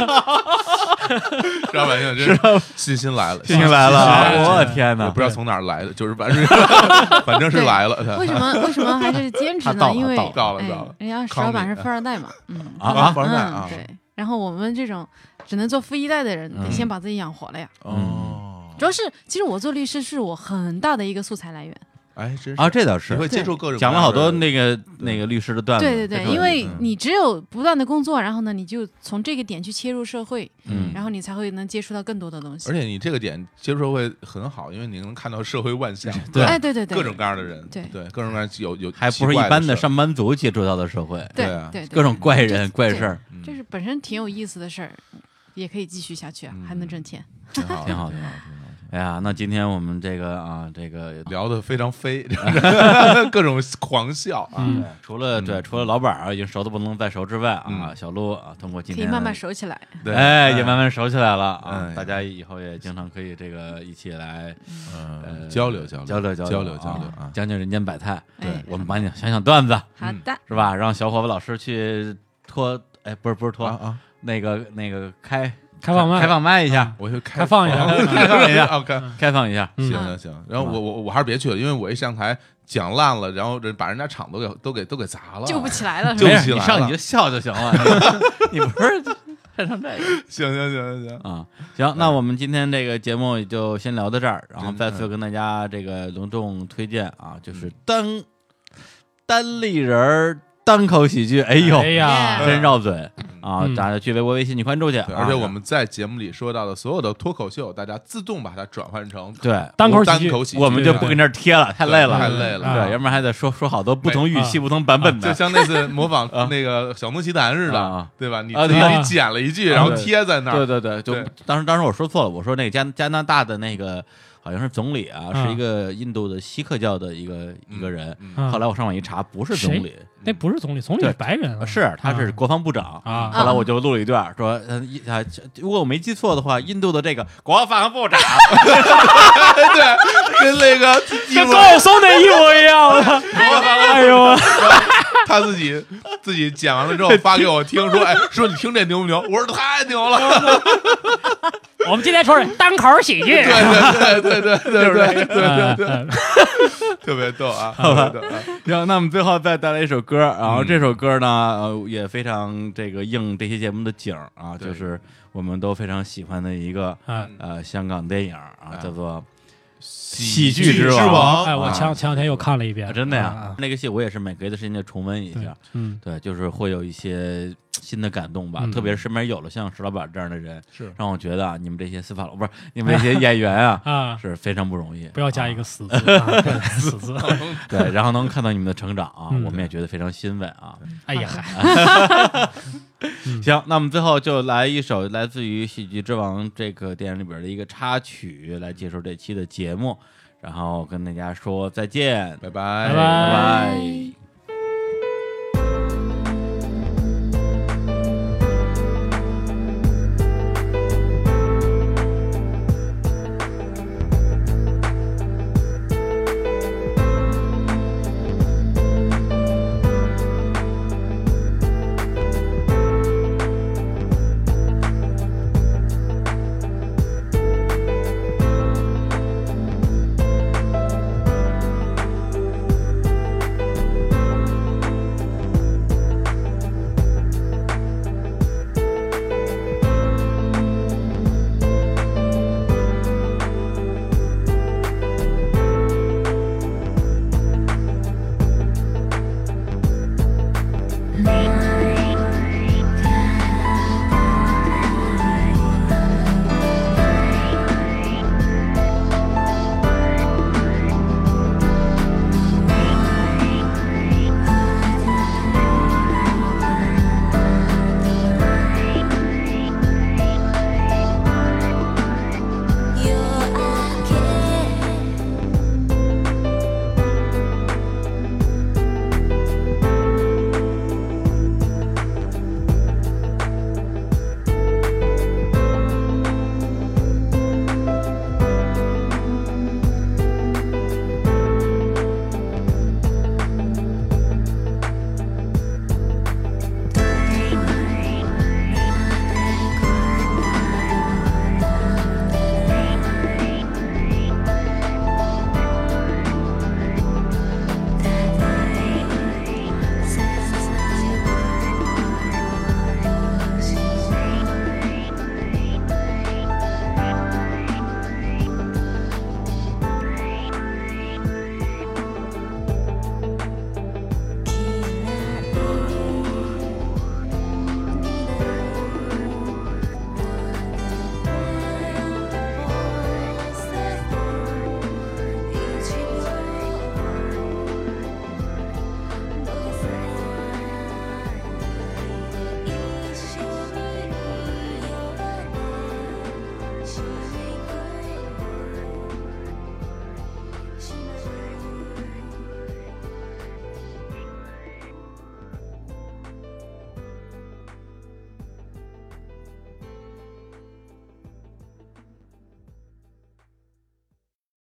老百姓真是信心来了， 信心来了！我天哪， 我不知道从哪儿来的，就是反正反正是来了。 为什么为什么还是坚持呢？因为到了到了， 人家石老板是富二代嘛，嗯啊， 富二代啊， 对。然后我们这种只能做富一代的人，得先把自己养活了呀。 哦， 主要是其实我做律师是我很大的一个素材来源。 哎，真是啊，这倒是， 你会接触各种讲了好多那个那个律师的段子。 对对对，因为你只有不断的工作，然后呢，你就从这个点去切入社会， 嗯， 然后你才会能接触到更多的东西。 而且你这个点接触社会很好，因为你能看到社会万象， 对， 哎，对对对， 各种各样的人， 对对，各种各样有有， 还不是一般的上班族接触到的社会， 对对， 对， 各种怪人怪事儿， 这是本身挺有意思的事儿，也可以继续下去啊，还能挣钱， 挺好， 挺好，挺好。哎呀，那今天我们这个啊，这个聊得非常飞，各种狂笑啊！ 嗯、除了对，除了老板啊已经熟的不能再熟之外啊， 嗯、 小鹿啊，通过今天可以慢慢熟起来， 对， 哎，也慢慢熟起来了啊！ 哎、 大家以后也经常可以这个一起来， 嗯、 呃， 交流交流交流交流交流啊，讲讲人间百态。 对， 我们帮你想想段子， 好的， 是吧？让小伙子老师去拖，哎，不是不是拖啊， 那个那个开。 开放麦， 开放麦一下， 我就开放一下， 开放一下 ，OK， 开放一下， 行行行。然后我我我还是别去了，因为我一上台讲烂了，然后把人家场都给都给都给砸了， 救不起来了， 救不起来了。 你上你就笑就行了，你不是看成这个？ 行行行行啊，行，那我们今天这个节目就先聊到这儿，然后再次跟大家这个隆重推荐啊，就是单单立人单口喜剧，哎呦， 哎呀， 真绕嘴啊！大家去微博、微信去关注去。 而且我们在节目里说到的所有的脱口秀，大家自动把它转换成对单口单口喜剧， 我们就不跟这儿贴了，太累了， 太累了。 对，要不然还得说说好多不同语气、不同版本的， 就像那次模仿那个小诺奇谈似的，对吧？你啊， 你剪了一句，然后贴在那儿。 对对对，就当时当时我说错了，我说那个加加拿大的那个。好好像是总理啊，是一个印度的锡克教的一个一个人。后来我上网一查，不是总理， 那不是总理，总理是白人， 是他是国防部长啊。后来我就录了一段，说啊，如果我没记错的话，印度的这个国防部长， 对，跟那个跟高晓松那一模一样的。哎呦， 他自己自己剪完了之后发给我听，说，哎，说你听这牛不牛？我说太牛了。 我们今天说是单口喜剧， 对对对对对对对对对，特别逗啊！好吧， 然后那我们最后再带来一首歌，然后这首歌呢，呃，也非常这个应这期节目的景啊，就是我们都非常喜欢的一个呃香港电影啊，叫做《喜剧之王》。 哎，我前前两天又看了一遍， 真的呀，那个戏我也是每隔一段时间就重温一下，嗯，对，就是会有一些新的感动吧，特别是身边有了像石老板这样的人， 是让我觉得啊，你们这些司法不是你们这些演员啊，啊是非常不容易， 不要加一个死字，死字， 对，然后能看到你们的成长啊，我们也觉得非常欣慰啊。 哎呀， 行，那我们最后就来一首来自于《喜剧之王》这个电影里边的一个插曲，来结束这期的节目，然后跟大家说再见， 拜拜， 拜拜。